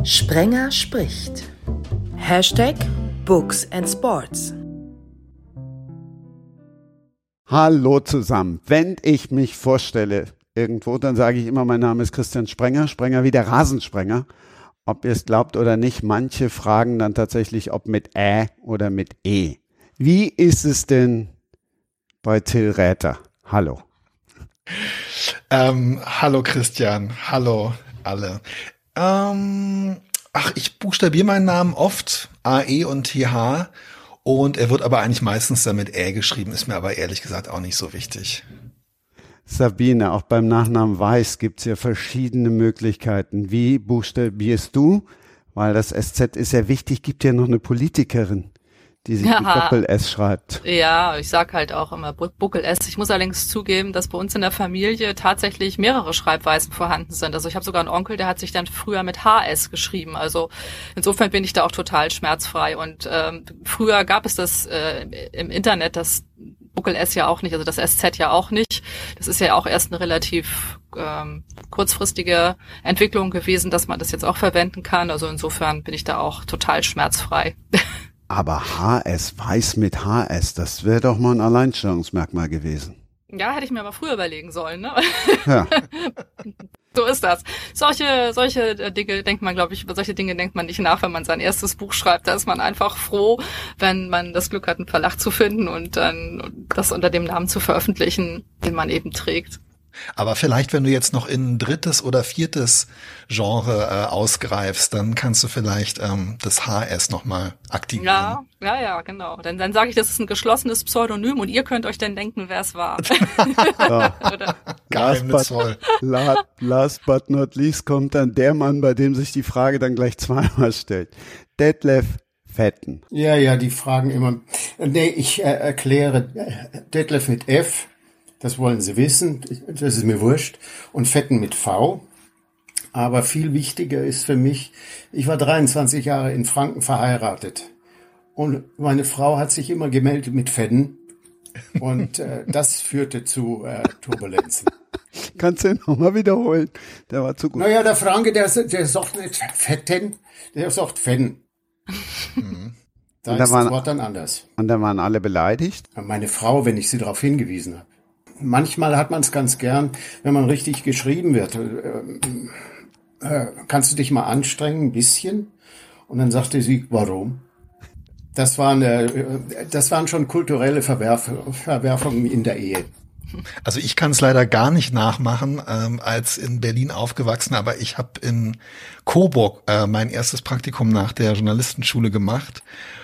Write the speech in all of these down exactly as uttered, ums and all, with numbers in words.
Sprenger spricht. Hashtag Books and Sports. Hallo zusammen. Wenn ich mich vorstelle irgendwo, dann sage ich immer, mein Name ist Christian Sprenger, Sprenger wie der Rasensprenger. Ob ihr es glaubt oder nicht, manche fragen dann tatsächlich, ob mit Ä oder mit E. Wie ist es denn bei Till Räther? Hallo. Ähm, hallo Christian, hallo alle. Ähm, ach, ich buchstabiere meinen Namen oft, A, E und T, H, und er wird aber eigentlich meistens dann mit Ä geschrieben, ist mir aber ehrlich gesagt auch nicht so wichtig. Sabine, auch beim Nachnamen Weiß gibt es ja verschiedene Möglichkeiten. Wie buchstabierst du? Weil das S Z ist ja wichtig, gibt ja noch eine Politikerin, die sich Ja. mit Doppel-S schreibt. Ja, ich sag halt auch immer Buckel-S. Ich muss allerdings zugeben, dass bei uns in der Familie tatsächlich mehrere Schreibweisen vorhanden sind. Also ich habe sogar einen Onkel, der hat sich dann früher mit H S geschrieben. Also insofern bin ich da auch total schmerzfrei. Und ähm, früher gab es das äh, im Internet, das Buckel-S ja auch nicht, also das S Z ja auch nicht. Das ist ja auch erst eine relativ ähm, kurzfristige Entwicklung gewesen, dass man das jetzt auch verwenden kann. Also insofern bin ich da auch total schmerzfrei. Aber H S, Weiß mit H S, das wäre doch mal ein Alleinstellungsmerkmal gewesen. Ja, hätte ich mir aber früher überlegen sollen, ne? Ja. So ist das. Solche, solche Dinge denkt man, glaube ich, über solche Dinge denkt man nicht nach, wenn man sein erstes Buch schreibt. Da ist man einfach froh, wenn man das Glück hat, einen Verlag zu finden und dann das unter dem Namen zu veröffentlichen, den man eben trägt. Aber vielleicht, wenn du jetzt noch in ein drittes oder viertes Genre äh, ausgreifst, dann kannst du vielleicht ähm, das H S nochmal aktivieren. Ja, ja, ja, genau. Dann, dann sage ich, das ist ein geschlossenes Pseudonym und ihr könnt euch dann denken, wer es war. Ja. Oder? Geheimnisvoll. Last, last but not least kommt dann der Mann, bei dem sich die Frage dann gleich zweimal stellt. Detlef Fetten. Ja, ja, die fragen immer. Nee, ich äh, erkläre äh, Detlef mit F. Das wollen sie wissen, das ist mir wurscht. Und Fetten mit V. Aber viel wichtiger ist für mich, ich war dreiundzwanzig Jahre in Franken verheiratet. Und meine Frau hat sich immer gemeldet mit Fetten. Und äh, das führte zu äh, Turbulenzen. Kannst du ihn nochmal wiederholen? Der war zu gut. Naja, der Franke, der, der sagt nicht Fetten, der sagt Fetten. Mhm. Da Und da ist waren- das Wort dann anders. Und dann waren alle beleidigt. Meine Frau, wenn ich sie darauf hingewiesen habe. Manchmal hat man es ganz gern, wenn man richtig geschrieben wird. Äh, äh, kannst du dich mal anstrengen, ein bisschen? Und dann sagte sie, warum? Das waren, äh, das waren schon kulturelle Verwerf- Verwerfungen in der Ehe. Also ich kann es leider gar nicht nachmachen, ähm, als in Berlin aufgewachsen, aber ich habe in Coburg äh, mein erstes Praktikum nach der Journalistenschule gemacht.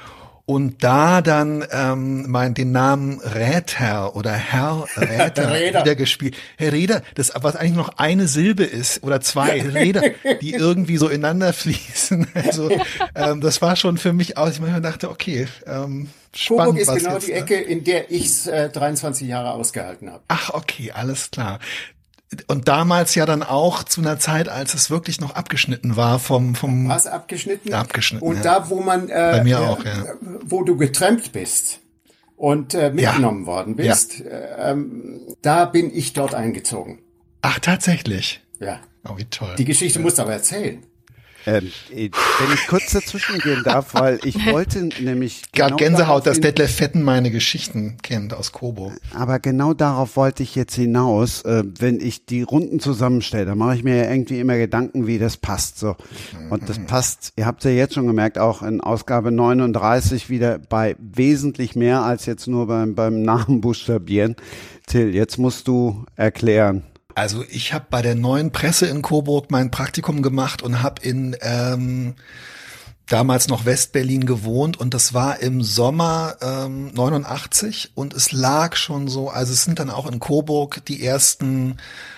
Und da dann ähm, mein den Namen Räther oder Herr Räther Räder. wieder gespielt. Herr Räder, das was eigentlich noch eine Silbe ist oder zwei Räder, die irgendwie so ineinander fließen. Also ähm, das war schon für mich aus. Ich manchmal dachte, okay, ähm, spannend. Coburg ist was genau jetzt, die ne? Ecke, in der ich äh, dreiundzwanzig Jahre ausgehalten habe. Ach, okay, alles klar. Und damals ja dann auch zu einer Zeit, als es wirklich noch abgeschnitten war vom vom Was abgeschnitten? Abgeschnitten, Und ja. da, wo man, äh, Bei mir äh, auch, ja. wo du getrennt bist und äh, mitgenommen worden bist, äh, ähm, da bin ich dort eingezogen. Ach, tatsächlich. Ja. Oh, wie toll. Die Geschichte musst du aber erzählen. Ähm, wenn ich kurz dazwischen gehen darf, weil ich wollte nämlich Gerade genau Gänsehaut, dass darauf hin- Detlef Fetten meine Geschichten kennt aus Coburg. Aber genau darauf wollte ich jetzt hinaus. Äh, wenn ich die Runden zusammenstelle, dann mache ich mir ja irgendwie immer Gedanken, wie das passt. So. Und das passt, ihr habt ja jetzt schon gemerkt, auch in Ausgabe neununddreißig wieder bei wesentlich mehr als jetzt nur beim, beim Namen buchstabieren. Till, jetzt musst du erklären. Also ich habe bei der Neuen Presse in Coburg mein Praktikum gemacht und habe in ähm, damals noch Westberlin gewohnt und das war im Sommer ähm, neunundachtzig und es lag schon so, also es sind dann auch in Coburg die ersten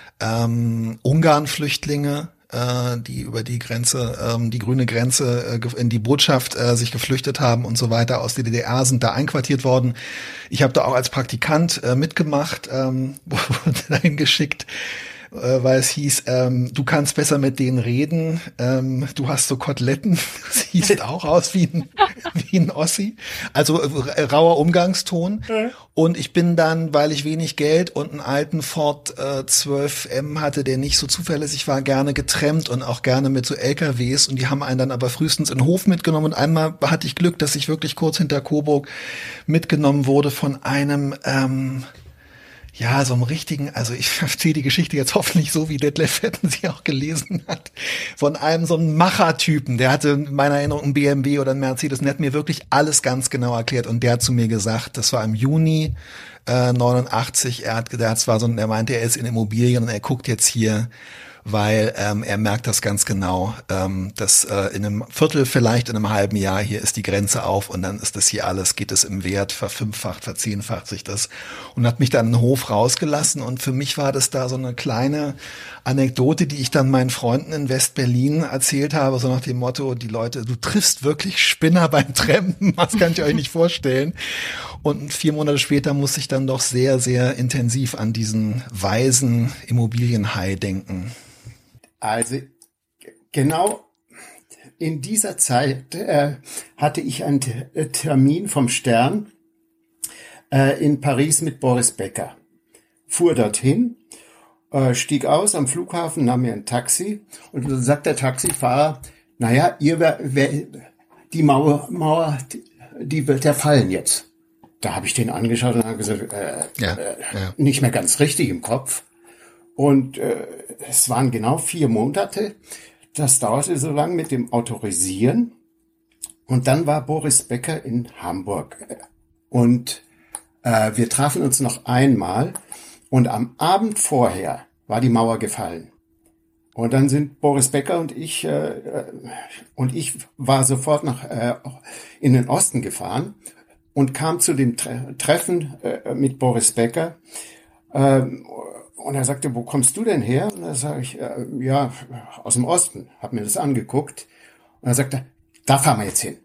ähm, Ungarn-Flüchtlinge, äh, die über die Grenze, ähm, die grüne Grenze äh, ge- in die Botschaft äh, sich geflüchtet haben und so weiter aus der D D R, sind da einquartiert worden. Ich habe da auch als Praktikant äh, mitgemacht, ähm, wurde dahin geschickt, äh, weil es hieß, ähm, du kannst besser mit denen reden, ähm, du hast so Koteletten, siehst auch aus wie ein wie ein Ossi. Also äh, rauer Umgangston. Mhm. Und ich bin dann, weil ich wenig Geld und einen alten Ford äh, zwölf M hatte, der nicht so zuverlässig war, gerne getrennt und auch gerne mit so L K Ws. Und die haben einen dann aber frühestens in den Hof mitgenommen. Und einmal hatte ich Glück, dass ich wirklich kurz hinter Coburg mitgenommen wurde von einem... Ähm, Ja, so einem richtigen, also ich erzähle die Geschichte jetzt hoffentlich so, wie Detlef Fetten sie auch gelesen hat, von einem so einem Machertypen, der hatte in meiner Erinnerung einen B M W oder einen Mercedes und der hat mir wirklich alles ganz genau erklärt und der hat zu mir gesagt, das war im Juni äh, neunundachtzig, er hat gedacht, es war so, er meinte, er ist in Immobilien und er guckt jetzt hier, weil ähm, er merkt das ganz genau, ähm, dass äh, in einem Viertel, vielleicht in einem halben Jahr, hier ist die Grenze auf und dann ist das hier alles, geht es im Wert, verfünffacht, verzehnfacht sich das und hat mich dann in den Hof rausgelassen und für mich war das da so eine kleine Anekdote, die ich dann meinen Freunden in West-Berlin erzählt habe, so nach dem Motto, die Leute, du triffst wirklich Spinner beim Trampen, was kann ich euch nicht vorstellen. Und vier Monate später musste ich dann doch sehr, sehr intensiv an diesen weisen Immobilienhai denken. Also genau in dieser Zeit äh, hatte ich einen T- Termin vom Stern äh, in Paris mit Boris Becker. Fuhr dorthin, äh, stieg aus am Flughafen, nahm mir ein Taxi und dann sagt der Taxifahrer, naja, ihr wär, wär, die Mauer, Mauer, die, die wird ja fallen jetzt. Da habe ich den angeschaut und habe gesagt, äh, ja, äh, ja. nicht mehr ganz richtig im Kopf. Und äh, es waren genau vier Monate. Das dauerte so lange mit dem Autorisieren. Und dann war Boris Becker in Hamburg. Und äh, wir trafen uns noch einmal. Und am Abend vorher war die Mauer gefallen. Und dann sind Boris Becker und ich, äh, und ich war sofort nach äh, in den Osten gefahren und kam zu dem Tre- Treffen äh, mit Boris Becker. Ähm, Und er sagte, wo kommst du denn her? Und da sage ich, äh, ja, aus dem Osten. Hab mir das angeguckt. Und er sagte, da fahren wir jetzt hin.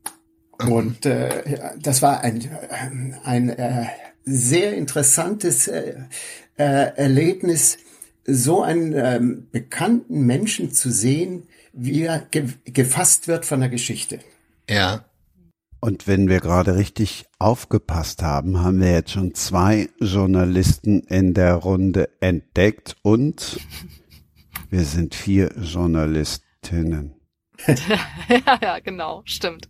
Und äh, das war ein, ein äh, sehr interessantes äh, äh, Erlebnis, so einen ähm, bekannten Menschen zu sehen, wie er ge- gefasst wird von der Geschichte. Ja. Und wenn wir gerade richtig aufgepasst haben, haben wir jetzt schon zwei Journalisten in der Runde entdeckt und wir sind vier Journalistinnen. ja, ja, genau, stimmt.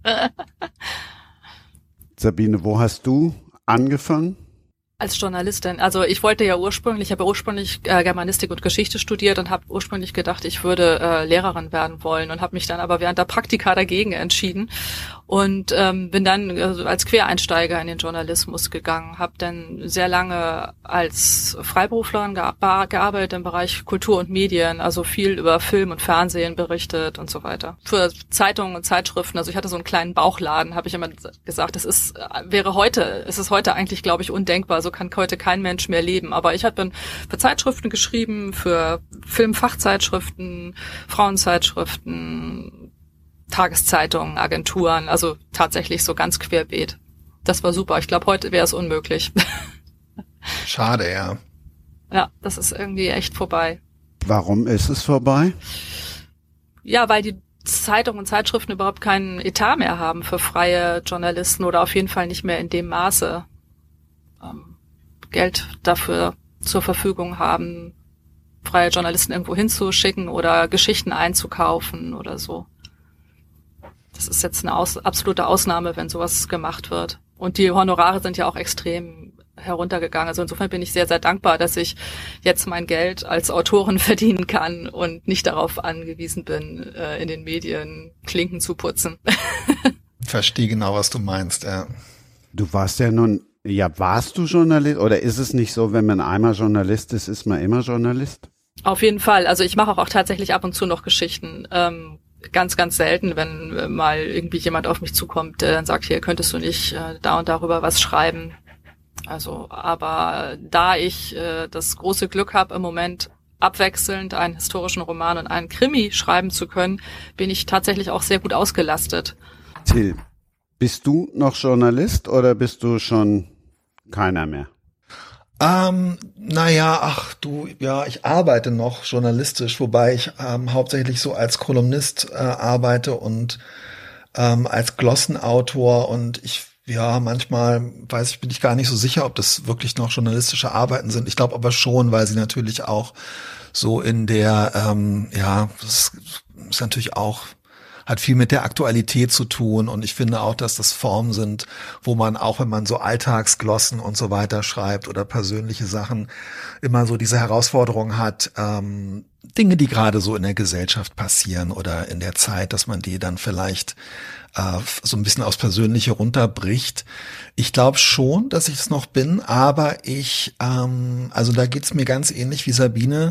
Sabine, wo hast du angefangen? Als Journalistin. Also ich wollte ja ursprünglich, ich habe ursprünglich äh, Germanistik und Geschichte studiert und habe ursprünglich gedacht, ich würde äh, Lehrerin werden wollen und habe mich dann aber während der Praktika dagegen entschieden und ähm, bin dann also als Quereinsteiger in den Journalismus gegangen, habe dann sehr lange als Freiberuflerin gear- gearbeitet im Bereich Kultur und Medien, also viel über Film und Fernsehen berichtet und so weiter. Für Zeitungen und Zeitschriften, also ich hatte so einen kleinen Bauchladen, habe ich immer gesagt, das ist wäre heute, es ist heute eigentlich, glaube ich, undenkbar, so kann heute kein Mensch mehr leben. Aber ich habe für Zeitschriften geschrieben, für Filmfachzeitschriften, Frauenzeitschriften, Tageszeitungen, Agenturen, also tatsächlich so ganz querbeet. Das war super. Ich glaube, heute wäre es unmöglich. Schade, ja. Ja, das ist irgendwie echt vorbei. Warum ist es vorbei? Ja, weil die Zeitungen und Zeitschriften überhaupt keinen Etat mehr haben für freie Journalisten oder auf jeden Fall nicht mehr in dem Maße ähm, Geld dafür zur Verfügung haben, freie Journalisten irgendwo hinzuschicken oder Geschichten einzukaufen oder so. Das ist jetzt eine aus, absolute Ausnahme, wenn sowas gemacht wird. Und die Honorare sind ja auch extrem heruntergegangen. Also insofern bin ich sehr, sehr dankbar, dass ich jetzt mein Geld als Autorin verdienen kann und nicht darauf angewiesen bin, in den Medien Klinken zu putzen. Verstehe genau, was du meinst, ja. Du warst ja nun, ja, warst du Journalist oder ist es nicht so, wenn man einmal Journalist ist, ist man immer Journalist? Auf jeden Fall. Also ich mache auch, auch tatsächlich ab und zu noch Geschichten. Ähm, ganz, ganz selten, wenn mal irgendwie jemand auf mich zukommt, der dann sagt, hier könntest du nicht äh, da und darüber was schreiben. Also, aber da ich äh, das große Glück habe, im Moment abwechselnd einen historischen Roman und einen Krimi schreiben zu können, bin ich tatsächlich auch sehr gut ausgelastet. Till, bist du noch Journalist oder bist du schon keiner mehr? Ähm, naja, ach du, ja, ich arbeite noch journalistisch, wobei ich ähm, hauptsächlich so als Kolumnist äh, arbeite und ähm, als Glossenautor und ich ja, manchmal weiß ich, bin ich gar nicht so sicher, ob das wirklich noch journalistische Arbeiten sind. Ich glaube aber schon, weil sie natürlich auch so in der, ähm, ja, das ist natürlich auch, hat viel mit der Aktualität zu tun und ich finde auch, dass das Formen sind, wo man auch, wenn man so Alltagsglossen und so weiter schreibt oder persönliche Sachen, immer so diese Herausforderung hat, ähm, Dinge, die gerade so in der Gesellschaft passieren oder in der Zeit, dass man die dann vielleicht äh, so ein bisschen aufs Persönliche runterbricht. Ich glaube schon, dass ich es noch bin, aber ich, ähm, also da geht's mir ganz ähnlich wie Sabine.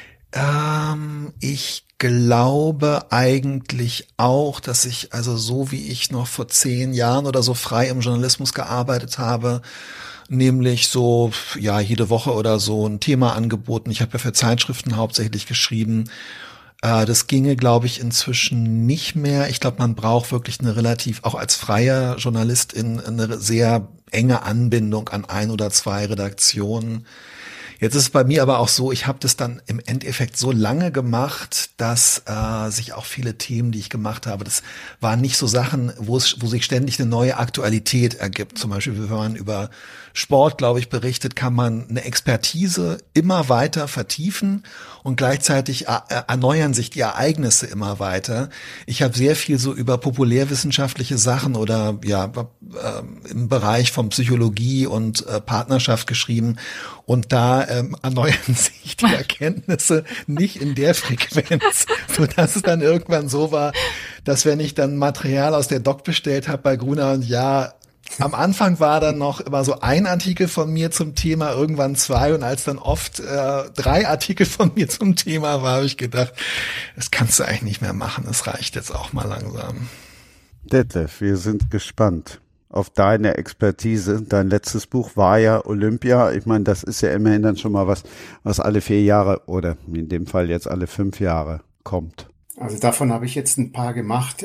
Ähm, ich glaube eigentlich auch, dass ich, also so wie ich noch vor zehn Jahren oder so frei im Journalismus gearbeitet habe, nämlich so, ja, jede Woche oder so ein Thema angeboten. Ich habe ja für Zeitschriften hauptsächlich geschrieben. Äh, das ginge, glaube ich, inzwischen nicht mehr. Ich glaube, man braucht wirklich eine relativ, auch als freier Journalistin, eine sehr enge Anbindung an ein oder zwei Redaktionen. Jetzt ist es bei mir aber auch so, ich habe das dann im Endeffekt so lange gemacht, dass äh, sich auch viele Themen, die ich gemacht habe, das waren nicht so Sachen, wo es, wo sich ständig eine neue Aktualität ergibt. Zum Beispiel, wenn man über Sport, glaube ich, berichtet, kann man eine Expertise immer weiter vertiefen und gleichzeitig erneuern sich die Ereignisse immer weiter. Ich habe sehr viel so über populärwissenschaftliche Sachen oder ja äh, im Bereich von Psychologie und äh, Partnerschaft geschrieben und da ähm, erneuern sich die Erkenntnisse nicht in der Frequenz, sodass es dann irgendwann so war, dass wenn ich dann Material aus der Doc bestellt habe bei Gruner und Jahr, am Anfang war dann noch immer so ein Artikel von mir zum Thema, irgendwann zwei und als dann oft äh, drei Artikel von mir zum Thema war, habe ich gedacht, das kannst du eigentlich nicht mehr machen, das reicht jetzt auch mal langsam. Detlef, wir sind gespannt auf deine Expertise. Dein letztes Buch war ja Olympia. Ich meine, das ist ja immerhin dann schon mal was, was alle vier Jahre oder in dem Fall jetzt alle fünf Jahre kommt. Also davon habe ich jetzt ein paar gemacht.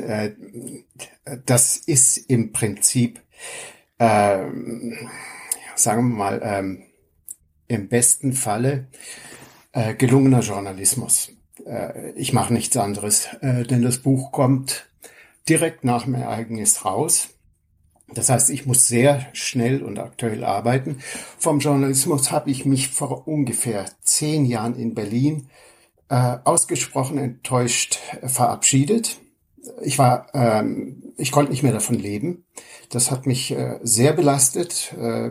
Das ist im Prinzip, äh, sagen wir mal, ähm, im besten Falle äh, gelungener Journalismus. Äh, ich mache nichts anderes, äh, denn das Buch kommt direkt nach dem Ereignis raus. Das heißt, ich muss sehr schnell und aktuell arbeiten. Vom Journalismus habe ich mich vor ungefähr zehn Jahren in Berlin äh, ausgesprochen enttäuscht äh, verabschiedet. Ich war, ähm, ich konnte nicht mehr davon leben. Das hat mich äh, sehr belastet äh,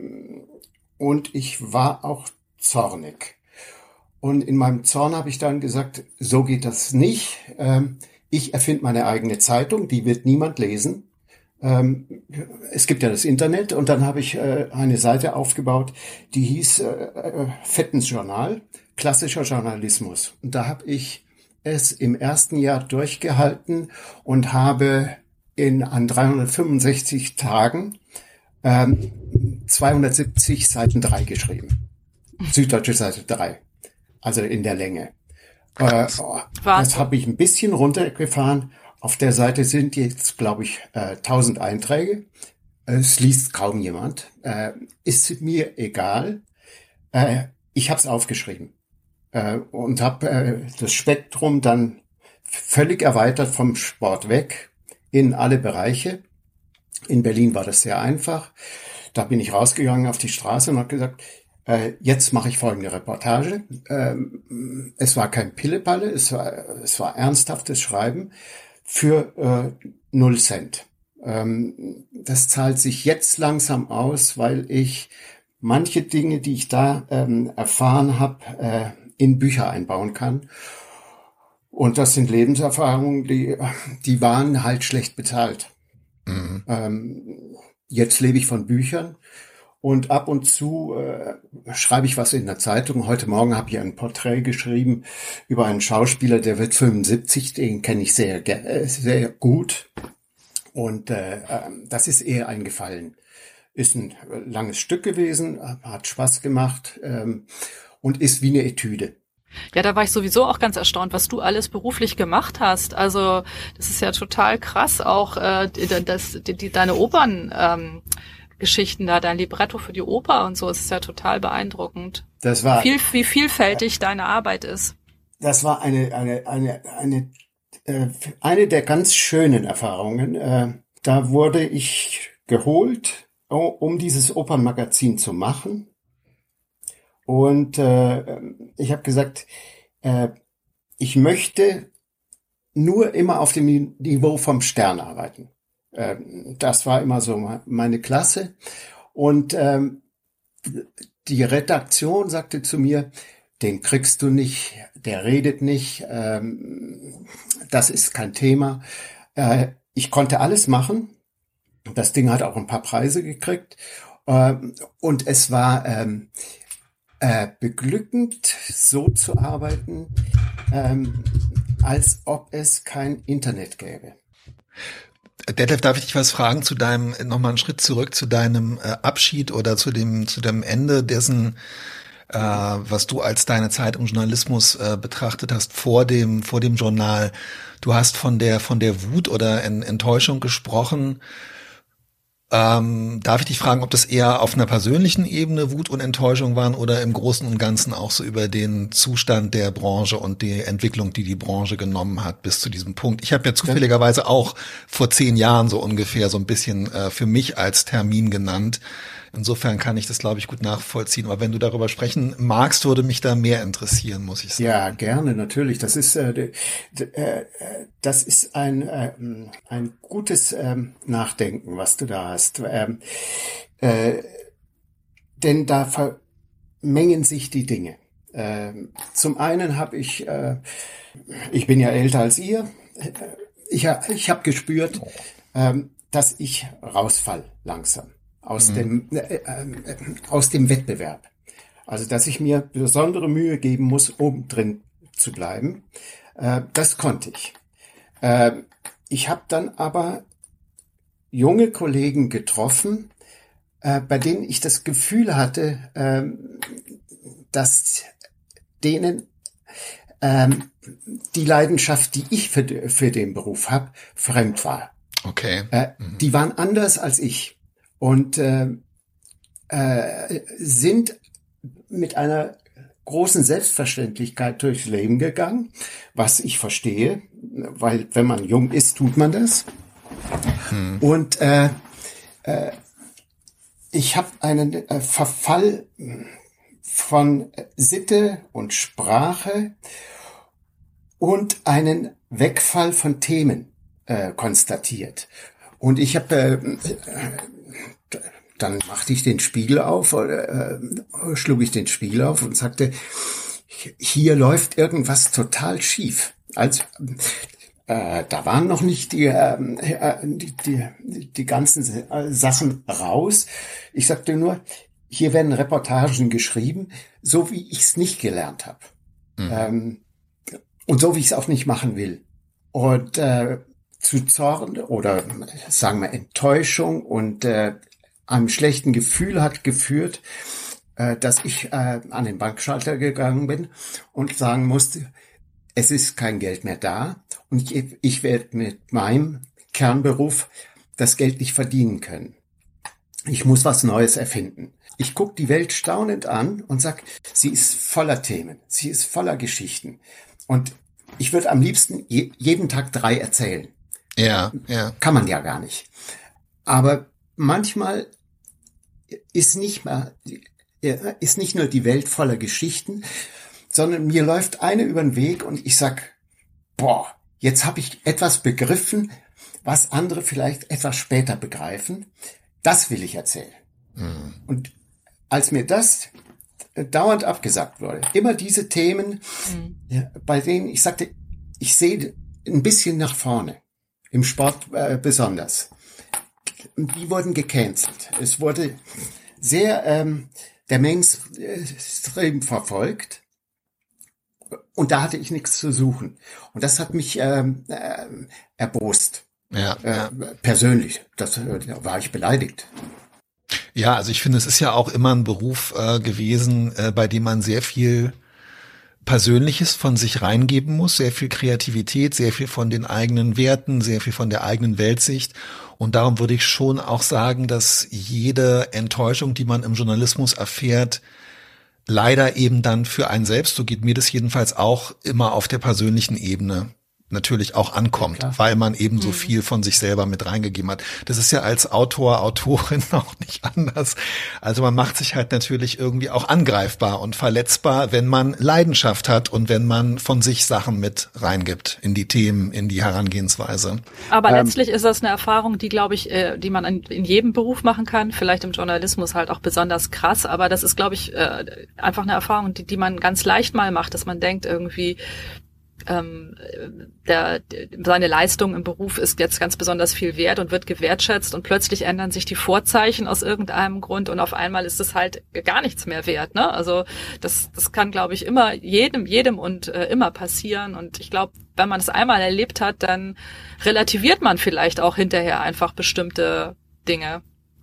und ich war auch zornig. Und in meinem Zorn habe ich dann gesagt, so geht das nicht. Ähm, ich erfinde meine eigene Zeitung, die wird niemand lesen. Ähm, es gibt ja das Internet und dann habe ich äh, eine Seite aufgebaut, die hieß äh, äh, Fettens Journal, klassischer Journalismus. Und da habe ich es im ersten Jahr durchgehalten und habe in an dreihundertfünfundsechzig Tagen ähm, zweihundertsiebzig Seiten drei geschrieben. Süddeutsche Seite drei, also in der Länge. Äh, oh, das habe ich ein bisschen runtergefahren. Auf der Seite sind jetzt, glaube ich, äh, tausend Einträge. Es liest kaum jemand. Äh, ist mir egal. Äh, ich habe es aufgeschrieben äh, und habe äh, das Spektrum dann völlig erweitert vom Sport weg in alle Bereiche. In Berlin war das sehr einfach. Da bin ich rausgegangen auf die Straße und habe gesagt, äh, jetzt mache ich folgende Reportage. Ähm, es war kein Pillepalle, es war, es war ernsthaftes Schreiben. Für äh, null Cent. Ähm, das zahlt sich jetzt langsam aus, weil ich manche Dinge, die ich da ähm, erfahren habe, äh, in Bücher einbauen kann. Und das sind Lebenserfahrungen, die die waren halt schlecht bezahlt. Mhm. Ähm, jetzt lebe ich von Büchern. Und ab und zu äh, schreibe ich was in der Zeitung. Heute Morgen habe ich ein Porträt geschrieben über einen Schauspieler, der wird fünfundsiebzig, den kenne ich sehr, sehr gut. Und äh, das ist eher ein Gefallen. Ist ein langes Stück gewesen, hat Spaß gemacht ähm, und ist wie eine Etüde. Ja, da war ich sowieso auch ganz erstaunt, was du alles beruflich gemacht hast. Also das ist ja total krass, auch äh, das, die, die, deine Opern... Ähm, Geschichten da, dein Libretto für die Oper und so, es ist ja total beeindruckend. Das war, wie, viel, wie vielfältig deine Arbeit ist. Das war eine, eine, eine, eine äh, eine der ganz schönen Erfahrungen. Äh, da wurde ich geholt, um dieses Opernmagazin zu machen. Und äh, ich habe gesagt, äh, ich möchte nur immer auf dem Niveau vom Stern arbeiten. Äh, das war immer so meine Klasse. Und ähm, die Redaktion sagte zu mir, den kriegst du nicht, der redet nicht, ähm, das ist kein Thema. Äh, ich konnte alles machen. Das Ding hat auch ein paar Preise gekriegt. Äh, und es war ähm, äh, beglückend, so zu arbeiten, ähm, als ob es kein Internet gäbe. Detlef, darf ich dich was fragen zu deinem, nochmal einen Schritt zurück zu deinem äh, Abschied oder zu dem, zu dem Ende dessen, äh, was du als deine Zeit im Journalismus äh, betrachtet hast vor dem, vor dem Journal. Du hast von der, von der Wut oder en, Enttäuschung gesprochen. Ähm, darf ich dich fragen, ob das eher auf einer persönlichen Ebene Wut und Enttäuschung waren oder im Großen und Ganzen auch so über den Zustand der Branche und die Entwicklung, die die Branche genommen hat bis zu diesem Punkt? Ich habe ja zufälligerweise auch vor zehn Jahren so ungefähr so ein bisschen äh, für mich als Termin genannt. Insofern kann ich das, glaube ich, gut nachvollziehen. Aber wenn du darüber sprechen magst, würde mich da mehr interessieren, muss ich sagen. Ja, gerne, natürlich. Das ist äh, äh, das ist ein äh, ein gutes äh, Nachdenken, was du da hast. Ähm, äh, denn da vermengen sich die Dinge. Ähm, zum einen habe ich, äh, ich bin ja älter als ihr. Ich, ich habe gespürt, äh, dass ich rausfall langsam. Aus dem, äh, äh, aus dem Wettbewerb. Also, dass ich mir besondere Mühe geben muss, um drin zu bleiben. Äh, das konnte ich. Äh, ich habe dann aber junge Kollegen getroffen, äh, bei denen ich das Gefühl hatte, äh, dass denen äh, die Leidenschaft, die ich für, für den Beruf habe, fremd war. Okay. Äh, mhm. Die waren anders als ich. Und äh, äh, sind mit einer großen Selbstverständlichkeit durchs Leben gegangen, was ich verstehe, weil wenn man jung ist, tut man das. Hm. Und äh, äh, ich habe einen äh, Verfall von Sitte und Sprache und einen Wegfall von Themen äh, konstatiert. Und ich habe äh, dann machte ich den Spiegel auf, oder äh, schlug ich den Spiegel auf und sagte, hier läuft irgendwas total schief. Also äh, da waren noch nicht die, äh, die, die, die ganzen äh, Sachen raus. Ich sagte nur, hier werden Reportagen geschrieben, so wie ich es nicht gelernt habe. Mhm. Ähm, und so wie ich es auch nicht machen will. Und äh, zu Zorn oder sagen wir Enttäuschung und äh, einem schlechten Gefühl hat geführt, äh, dass ich äh, an den Bankschalter gegangen bin und sagen musste, es ist kein Geld mehr da und ich, ich werde mit meinem Kernberuf das Geld nicht verdienen können. Ich muss was Neues erfinden. Ich gucke die Welt staunend an und sag, sie ist voller Themen, sie ist voller Geschichten und ich würde am liebsten je, jeden Tag drei erzählen. Ja, ja. Kann man ja gar nicht. Aber manchmal ist nicht mal, ist nicht nur die Welt voller Geschichten, sondern mir läuft eine über den Weg und ich sag, boah, jetzt habe ich etwas begriffen, was andere vielleicht etwas später begreifen. Das will ich erzählen. Mhm. Und als mir das dauernd abgesagt wurde, immer diese Themen, mhm. ja, bei denen ich sagte, ich sehe ein bisschen nach vorne. Im Sport äh, besonders. Die wurden gecancelt. Es wurde sehr ähm, der Mainstream verfolgt und da hatte ich nichts zu suchen. Und das hat mich ähm, äh, erbost. Ja, äh, ja. Persönlich. Das, da war ich beleidigt. Ja, also ich finde, es ist ja auch immer ein Beruf äh, gewesen, äh, bei dem man sehr viel Persönliches von sich reingeben muss, sehr viel Kreativität, sehr viel von den eigenen Werten, sehr viel von der eigenen Weltsicht. Und darum würde ich schon auch sagen, dass jede Enttäuschung, die man im Journalismus erfährt, leider eben dann für einen selbst, so geht mir das jedenfalls auch, immer auf der persönlichen Ebene natürlich auch ankommt, Ja, weil man eben so viel von sich selber mit reingegeben hat. Das ist ja als Autor, Autorin auch nicht anders. Also man macht sich halt natürlich irgendwie auch angreifbar und verletzbar, wenn man Leidenschaft hat und wenn man von sich Sachen mit reingibt in die Themen, in die Herangehensweise. Aber Ähm, letztlich ist das eine Erfahrung, die, glaube ich, äh, die man in, in jedem Beruf machen kann. Vielleicht im Journalismus halt auch besonders krass. Aber das ist, glaube ich, äh, einfach eine Erfahrung, die, die man ganz leicht mal macht, dass man denkt irgendwie, ähm, der, der, seine Leistung im Beruf ist jetzt ganz besonders viel wert und wird gewertschätzt und plötzlich ändern sich die Vorzeichen aus irgendeinem Grund und auf einmal ist es halt gar nichts mehr wert, ne? Also das das kann, glaube ich, immer jedem jedem und äh, immer passieren und ich glaube, wenn man es einmal erlebt hat, dann relativiert man vielleicht auch hinterher einfach bestimmte Dinge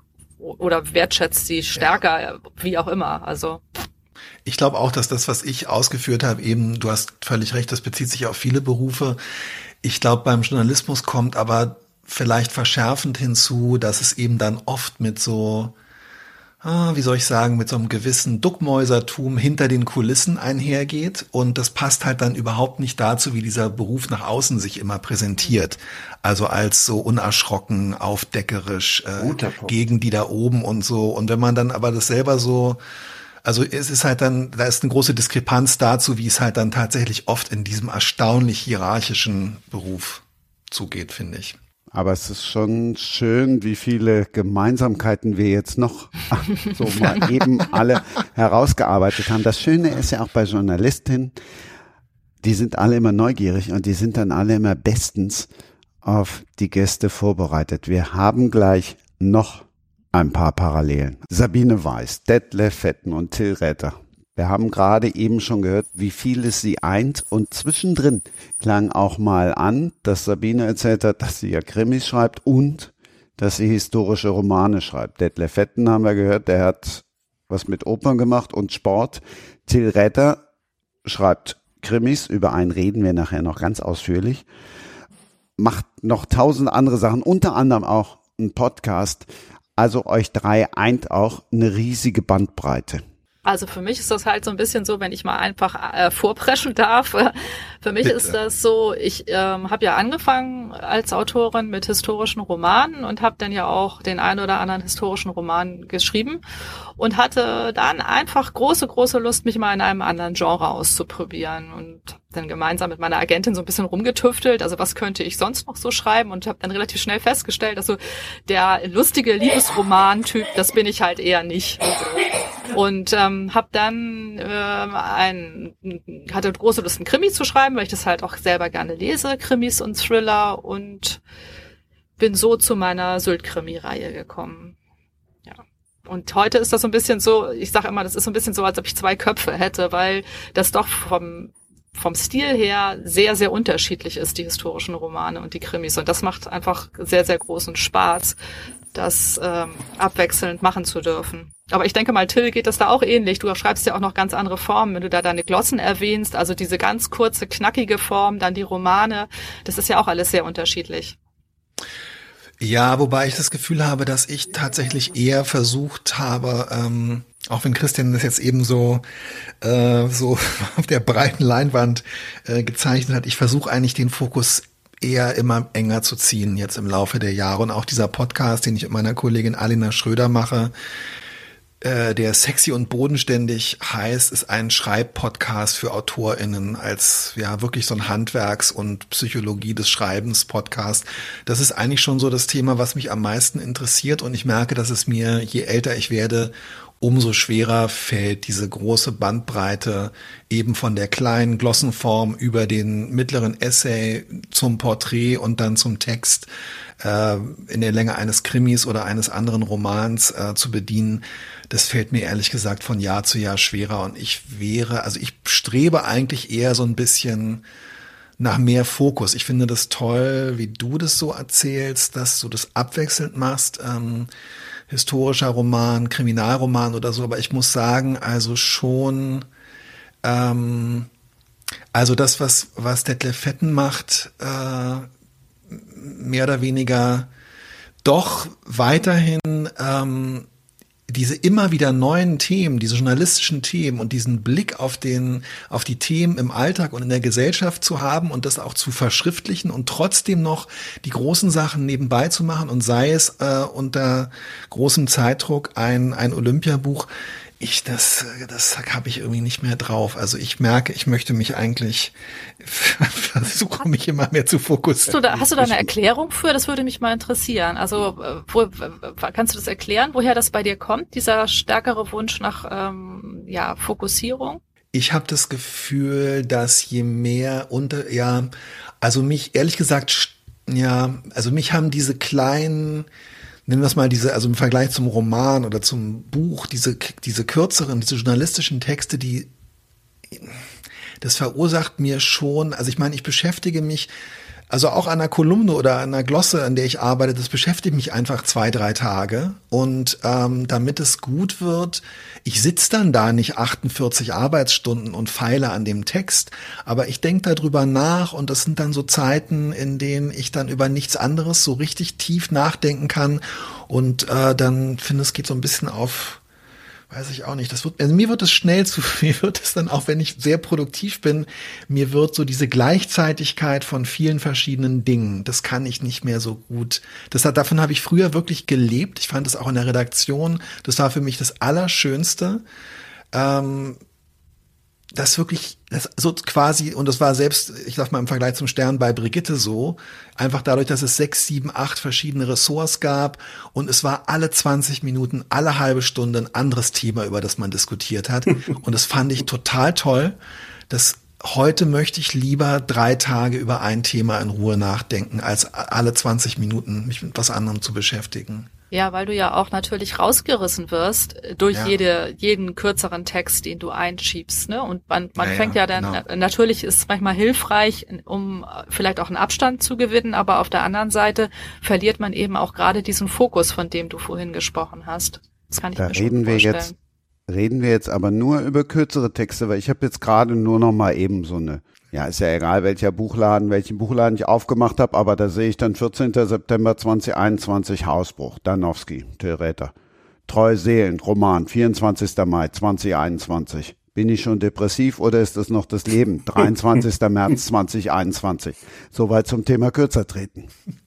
oder wertschätzt sie stärker, ja. Wie auch immer, also Ich glaube auch, dass das, was ich ausgeführt habe, eben, du hast völlig recht, das bezieht sich auf viele Berufe. Ich glaube, beim Journalismus kommt aber vielleicht verschärfend hinzu, dass es eben dann oft mit so, ah, wie soll ich sagen, mit so einem gewissen Duckmäusertum hinter den Kulissen einhergeht. Und das passt halt dann überhaupt nicht dazu, wie dieser Beruf nach außen sich immer präsentiert. Also als so unerschrocken, aufdeckerisch, äh, gegen die da oben und so. Und wenn man dann aber das selber so, also es ist halt dann, da ist eine große Diskrepanz dazu, wie es halt dann tatsächlich oft in diesem erstaunlich hierarchischen Beruf zugeht, finde ich. Aber es ist schon schön, wie viele Gemeinsamkeiten wir jetzt noch so mal eben alle herausgearbeitet haben. Das Schöne ist ja auch bei Journalistinnen, die sind alle immer neugierig und die sind dann alle immer bestens auf die Gäste vorbereitet. Wir haben gleich noch ein paar Parallelen. Sabine Weiß, Detlef Fetten und Till Räther. Wir haben gerade eben schon gehört, wie viel es sie eint und zwischendrin klang auch mal an, dass Sabine erzählt hat, dass sie ja Krimis schreibt und dass sie historische Romane schreibt. Detlef Fetten haben wir gehört, der hat was mit Opern gemacht und Sport. Till Räther schreibt Krimis, über einen reden wir nachher noch ganz ausführlich, macht noch tausend andere Sachen, unter anderem auch einen Podcast. Also euch drei eint auch eine riesige Bandbreite. Also für mich ist das halt so ein bisschen so, wenn ich mal einfach äh, vorpreschen darf. Für mich Bitte. Ist das so, ich ähm, habe ja angefangen als Autorin mit historischen Romanen und habe dann ja auch den einen oder anderen historischen Roman geschrieben und hatte dann einfach große, große Lust, mich mal in einem anderen Genre auszuprobieren und dann gemeinsam mit meiner Agentin so ein bisschen rumgetüftelt, also was könnte ich sonst noch so schreiben und habe dann relativ schnell festgestellt, also der lustige Liebesroman-Typ, das bin ich halt eher nicht. Und ähm, habe dann äh, ein, hatte große Lust, einen Krimi zu schreiben, weil ich das halt auch selber gerne lese, Krimis und Thriller und bin so zu meiner Sylt-Krimi-Reihe gekommen. Ja. Und heute ist das so ein bisschen so, ich sage immer, das ist so ein bisschen so, als ob ich zwei Köpfe hätte, weil das doch vom vom Stil her sehr, sehr unterschiedlich ist, die historischen Romane und die Krimis. Und das macht einfach sehr, sehr großen Spaß, das ähm, abwechselnd machen zu dürfen. Aber ich denke mal, Till, geht das da auch ähnlich. Du schreibst ja auch noch ganz andere Formen, wenn du da deine Glossen erwähnst, also diese ganz kurze, knackige Form, dann die Romane, das ist ja auch alles sehr unterschiedlich. Ja, wobei ich das Gefühl habe, dass ich tatsächlich eher versucht habe, ähm, auch wenn Christian das jetzt eben so äh, so auf der breiten Leinwand äh, gezeichnet hat, ich versuche eigentlich den Fokus eher immer enger zu ziehen jetzt im Laufe der Jahre. Und auch dieser Podcast, den ich mit meiner Kollegin Alina Schröder mache, äh, der Sexy und Bodenständig heißt, ist ein Schreibpodcast für AutorInnen als ja wirklich so ein Handwerks- und Psychologie des Schreibens Podcast. Das ist eigentlich schon so das Thema, was mich am meisten interessiert. Und ich merke, dass es mir, je älter ich werde, umso schwerer fällt diese große Bandbreite eben von der kleinen Glossenform über den mittleren Essay zum Porträt und dann zum Text äh, in der Länge eines Krimis oder eines anderen Romans äh, zu bedienen. Das fällt mir ehrlich gesagt von Jahr zu Jahr schwerer und ich wäre, also ich strebe eigentlich eher so ein bisschen nach mehr Fokus. Ich finde das toll, wie du das so erzählst, dass du das abwechselnd machst, ähm, historischer Roman, Kriminalroman oder so, aber ich muss sagen, also schon, ähm, also das, was, was Detlef Fetten macht, äh, mehr oder weniger doch weiterhin ähm, diese immer wieder neuen Themen, diese journalistischen Themen und diesen Blick auf den, auf die Themen im Alltag und in der Gesellschaft zu haben und das auch zu verschriftlichen und trotzdem noch die großen Sachen nebenbei zu machen und sei es äh, unter großem Zeitdruck ein, ein Olympiabuch. Ich, das, das habe ich irgendwie nicht mehr drauf. Also ich merke, ich möchte mich eigentlich, versuche mich immer mehr zu fokussieren. Hast du da, hast du da eine Erklärung für? Das würde mich mal interessieren. Also wo, kannst du das erklären, woher das bei dir kommt, dieser stärkere Wunsch nach ähm, ja, Fokussierung? Ich habe das Gefühl, dass je mehr unter, ja, also mich ehrlich gesagt, ja, also mich haben diese kleinen, nennen wir es mal diese, also im Vergleich zum Roman oder zum Buch, diese, diese kürzeren, diese journalistischen Texte, die, das verursacht mir schon, also ich meine, ich beschäftige mich, also auch an einer Kolumne oder an einer Glosse, an der ich arbeite, das beschäftigt mich einfach zwei, drei Tage und ähm, damit es gut wird, ich sitze dann da nicht achtundvierzig Arbeitsstunden und feile an dem Text, aber ich denke darüber nach und das sind dann so Zeiten, in denen ich dann über nichts anderes so richtig tief nachdenken kann und äh, dann finde ich, es geht so ein bisschen auf, weiß ich auch nicht, das wird, also mir wird es schnell zu, mir wird es dann auch, wenn ich sehr produktiv bin, mir wird so diese Gleichzeitigkeit von vielen verschiedenen Dingen, das kann ich nicht mehr so gut, das hat, davon habe ich früher wirklich gelebt, ich fand es auch in der Redaktion, das war für mich das Allerschönste, ähm, das wirklich, das so quasi, und das war selbst, ich sag mal im Vergleich zum Stern bei Brigitte so, einfach dadurch, dass es sechs, sieben, acht verschiedene Ressorts gab und es war alle zwanzig Minuten, alle halbe Stunde ein anderes Thema, über das man diskutiert hat. Und das fand ich total toll. Das heute möchte ich lieber drei Tage über ein Thema in Ruhe nachdenken, als alle zwanzig Minuten mich mit was anderem zu beschäftigen. Ja, weil du ja auch natürlich rausgerissen wirst durch Ja. jede, jeden kürzeren Text, den du einschiebst, ne? Und man, man Ja, fängt ja, ja dann, genau. natürlich ist es manchmal hilfreich, um vielleicht auch einen Abstand zu gewinnen, aber auf der anderen Seite verliert man eben auch gerade diesen Fokus, von dem du vorhin gesprochen hast. Das kann ich Da mir schon reden wir vorstellen. jetzt, reden wir jetzt aber nur über kürzere Texte, weil ich habe jetzt gerade nur noch mal eben so eine, ja, ist ja egal, welcher Buchladen, welchen Buchladen ich aufgemacht habe, aber da sehe ich dann vierzehnten September zweitausendeinundzwanzig Hausbruch, Danowski, Till Räther. Treue Seelen, Roman, vierundzwanzigsten Mai zweitausendeinundzwanzig. Bin ich schon depressiv oder ist das noch das Leben? dreiundzwanzigsten März zweitausendeinundzwanzig. Soweit zum Thema kürzer treten.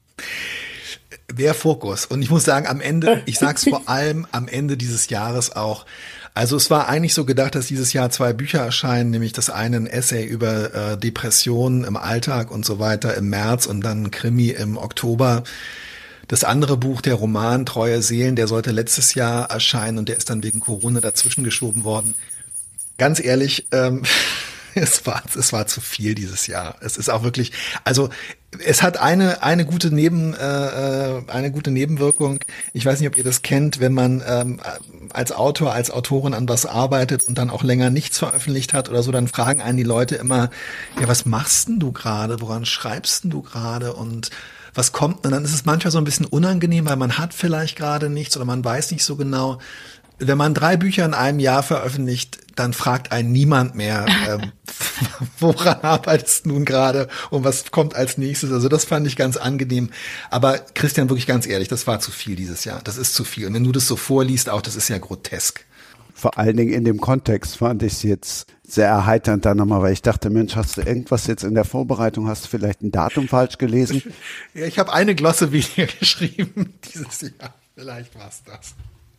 Wer Fokus. Und ich muss sagen, am Ende, ich sag's vor allem am Ende dieses Jahres auch. Also es war eigentlich so gedacht, dass dieses Jahr zwei Bücher erscheinen, nämlich das eine ein Essay über äh, Depressionen im Alltag und so weiter im März und dann ein Krimi im Oktober. Das andere Buch, der Roman Treue Seelen, der sollte letztes Jahr erscheinen und der ist dann wegen Corona dazwischen geschoben worden. Ganz ehrlich, ähm, es war, es war zu viel dieses Jahr. Es ist auch wirklich, also es hat eine eine gute Neben äh, eine gute Nebenwirkung. Ich weiß nicht, ob ihr das kennt, wenn man ähm, als Autor, als Autorin an was arbeitet und dann auch länger nichts veröffentlicht hat oder so, dann fragen einen die Leute immer, ja, was machst denn du gerade? Woran schreibst denn du gerade? Und was kommt? Und dann ist es manchmal so ein bisschen unangenehm, weil man hat vielleicht gerade nichts oder man weiß nicht so genau. Wenn man drei Bücher in einem Jahr veröffentlicht, dann fragt einen niemand mehr, ähm, woran arbeitest du nun gerade und was kommt als nächstes. Also das fand ich ganz angenehm. Aber Christian, wirklich ganz ehrlich, das war zu viel dieses Jahr. Das ist zu viel. Und wenn du das so vorliest, auch das ist ja grotesk. Vor allen Dingen in dem Kontext fand ich es jetzt sehr erheiternd dann nochmal, weil ich dachte, Mensch, hast du irgendwas jetzt in der Vorbereitung, hast du vielleicht ein Datum falsch gelesen? Ja, ich habe eine Glosse weniger geschrieben dieses Jahr. Vielleicht war's das.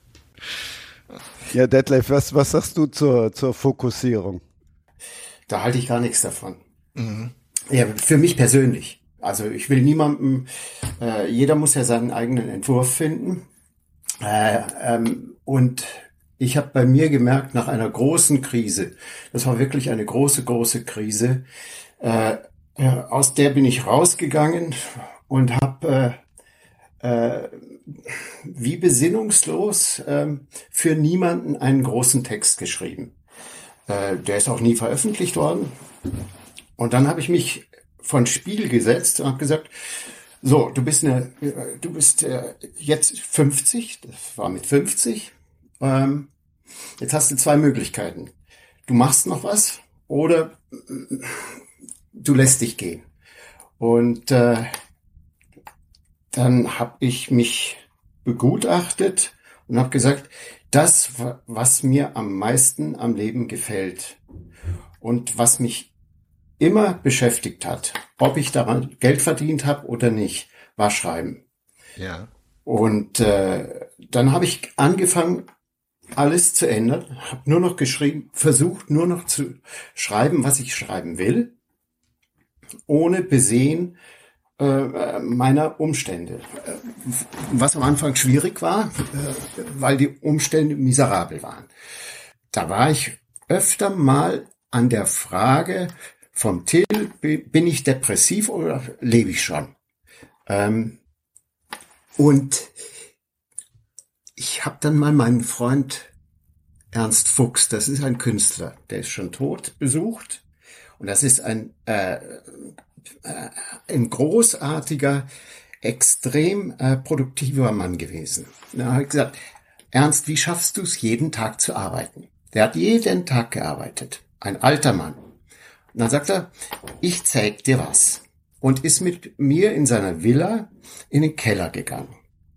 Ja, Detlef, was, was sagst du zur, zur Fokussierung? Da halte ich gar nichts davon. Mhm. Ja, für mich persönlich. Also ich will niemandem, äh, jeder muss ja seinen eigenen Entwurf finden. Äh, ähm, und ich habe bei mir gemerkt, nach einer großen Krise, das war wirklich eine große, große Krise, äh, äh, aus der bin ich rausgegangen und habe äh, äh, wie besinnungslos äh, für niemanden einen großen Text geschrieben. Äh, der ist auch nie veröffentlicht worden. Und dann habe ich mich von Spiel gesetzt und habe gesagt, so, du bist eine, du bist äh, jetzt fünfzig, das war mit fünfzig. Ähm, jetzt hast du zwei Möglichkeiten. Du machst noch was oder du lässt dich gehen. Und äh, dann habe ich mich begutachtet und habe gesagt, das, was mir am meisten am Leben gefällt und was mich immer beschäftigt hat, ob ich daran Geld verdient habe oder nicht, war Schreiben. Ja. Und äh, dann habe ich angefangen, alles zu ändern, habe nur noch geschrieben, versucht nur noch zu schreiben, was ich schreiben will, ohne Besehen äh, meiner Umstände. Was am Anfang schwierig war, äh, weil die Umstände miserabel waren. Da war ich öfter mal an der Frage vom Till, bin ich depressiv oder lebe ich schon? Ähm, und ich habe dann mal meinen Freund Ernst Fuchs, das ist ein Künstler, der ist schon tot, besucht. Und das ist ein, äh, äh, ein großartiger, extrem äh, produktiver Mann gewesen. Und da habe ich gesagt, Ernst, wie schaffst du es, jeden Tag zu arbeiten? Der hat jeden Tag gearbeitet, ein alter Mann. Und dann sagt er, ich zeig dir was. Und ist mit mir in seiner Villa in den Keller gegangen.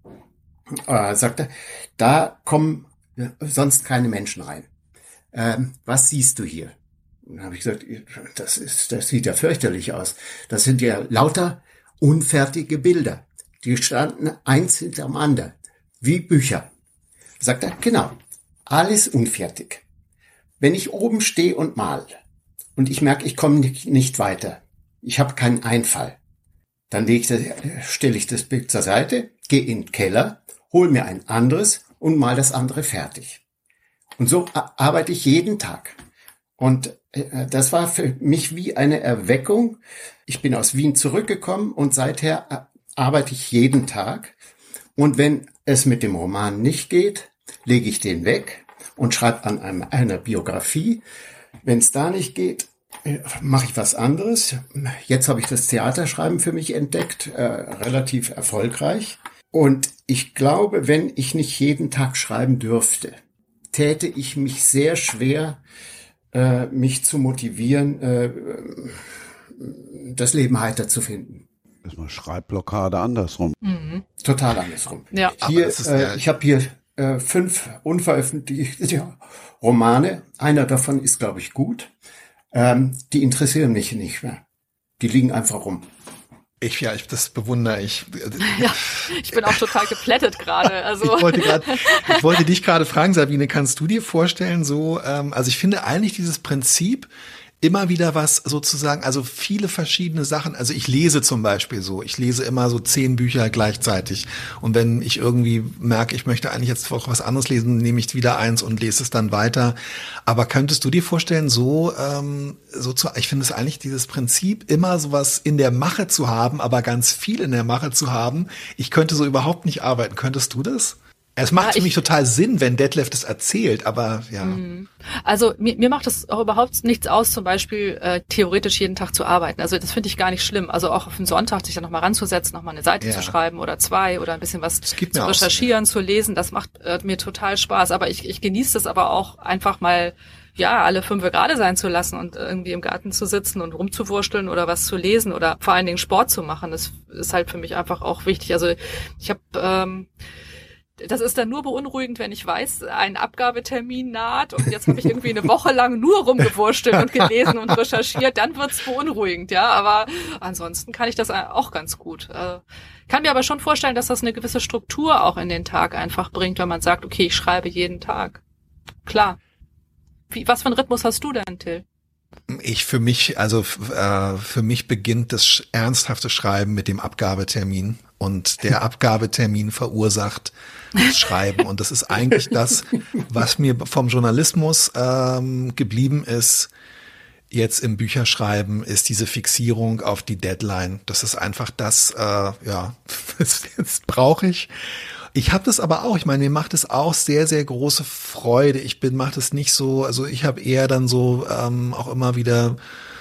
Äh, sagt er, da kommen sonst keine Menschen rein. Ähm, was siehst du hier? Und dann habe ich gesagt, das ist, das sieht ja fürchterlich aus. Das sind ja lauter unfertige Bilder. Die standen eins hinterm anderen, wie Bücher. Sagt er, genau, alles unfertig. Wenn ich oben stehe und mal und ich merke, ich komme nicht, nicht weiter, ich habe keinen Einfall, dann leg ich das, stelle ich das Bild zur Seite, gehe in den Keller, hol mir ein anderes und mal das andere fertig. Und so arbeite ich jeden Tag. Und äh, das war für mich wie eine Erweckung. Ich bin aus Wien zurückgekommen und seither äh, arbeite ich jeden Tag. Und wenn es mit dem Roman nicht geht, lege ich den weg und schreibe an einem, einer Biografie. Wenn es da nicht geht, äh, mache ich was anderes. Jetzt habe ich das Theaterschreiben für mich entdeckt, äh, relativ erfolgreich. Und ich glaube, wenn ich nicht jeden Tag schreiben dürfte, täte ich mich sehr schwer, äh, mich zu motivieren, äh, das Leben heiter zu finden. Das ist mal Schreibblockade andersrum. Mhm. Total andersrum. Ja. Hier, ist, äh, ja. ich habe hier äh, fünf unveröffentlichte Romane. Einer davon ist, glaube ich, gut. Ähm, die interessieren mich nicht mehr. Die liegen einfach rum. Ich, ja, ich, das bewundere ich. Ja, ich bin auch total geplättet gerade. Also Ich wollte gerade, ich wollte dich gerade fragen, Sabine, kannst du dir vorstellen, so, ähm, also ich finde eigentlich dieses Prinzip immer wieder was sozusagen, also viele verschiedene Sachen. Also ich lese zum Beispiel so, ich lese immer so zehn Bücher gleichzeitig. Und wenn ich irgendwie merke, ich möchte eigentlich jetzt auch was anderes lesen, nehme ich wieder eins und lese es dann weiter. Aber könntest du dir vorstellen, so, ähm, so zu, ich finde es eigentlich dieses Prinzip, immer sowas in der Mache zu haben, aber ganz viel in der Mache zu haben. Ich könnte so überhaupt nicht arbeiten. Könntest du das? Es macht Ja, für mich ich, total Sinn, wenn Detlef das erzählt, aber ja. Also mir, mir macht es auch überhaupt nichts aus, zum Beispiel äh, theoretisch jeden Tag zu arbeiten. Also das finde ich gar nicht schlimm. Also auch auf den Sonntag sich dann nochmal ranzusetzen, nochmal eine Seite Ja. zu schreiben oder zwei oder ein bisschen was zu gibt mir auch so, recherchieren, zu lesen, das macht äh, mir total Spaß. Aber ich, ich genieße das aber auch einfach mal, ja, alle fünf gerade sein zu lassen und irgendwie im Garten zu sitzen und rumzuwursteln oder was zu lesen oder vor allen Dingen Sport zu machen. Das ist halt für mich einfach auch wichtig. Also ich habe ähm, das ist dann nur beunruhigend, wenn ich weiß, ein Abgabetermin naht und jetzt habe ich irgendwie eine Woche lang nur rumgewurstelt und gelesen und recherchiert, dann wird's beunruhigend, ja, aber ansonsten kann ich das auch ganz gut. Äh, kann mir aber schon vorstellen, dass das eine gewisse Struktur auch in den Tag einfach bringt, wenn man sagt, okay, ich schreibe jeden Tag. Klar. Wie, was für einen Rhythmus hast du denn, Till? Ich für mich, also äh, für mich beginnt das sch- ernsthafte Schreiben mit dem Abgabetermin und der Abgabetermin verursacht das Schreiben und das ist eigentlich das, was mir vom Journalismus ähm, geblieben ist. Jetzt im Bücherschreiben ist diese Fixierung auf die Deadline. Das ist einfach das, äh, ja, das, das brauche ich. Ich habe das aber auch, ich meine, mir macht es auch sehr, sehr große Freude. Ich bin, mache das nicht so, also ich habe eher dann so ähm, auch immer wieder,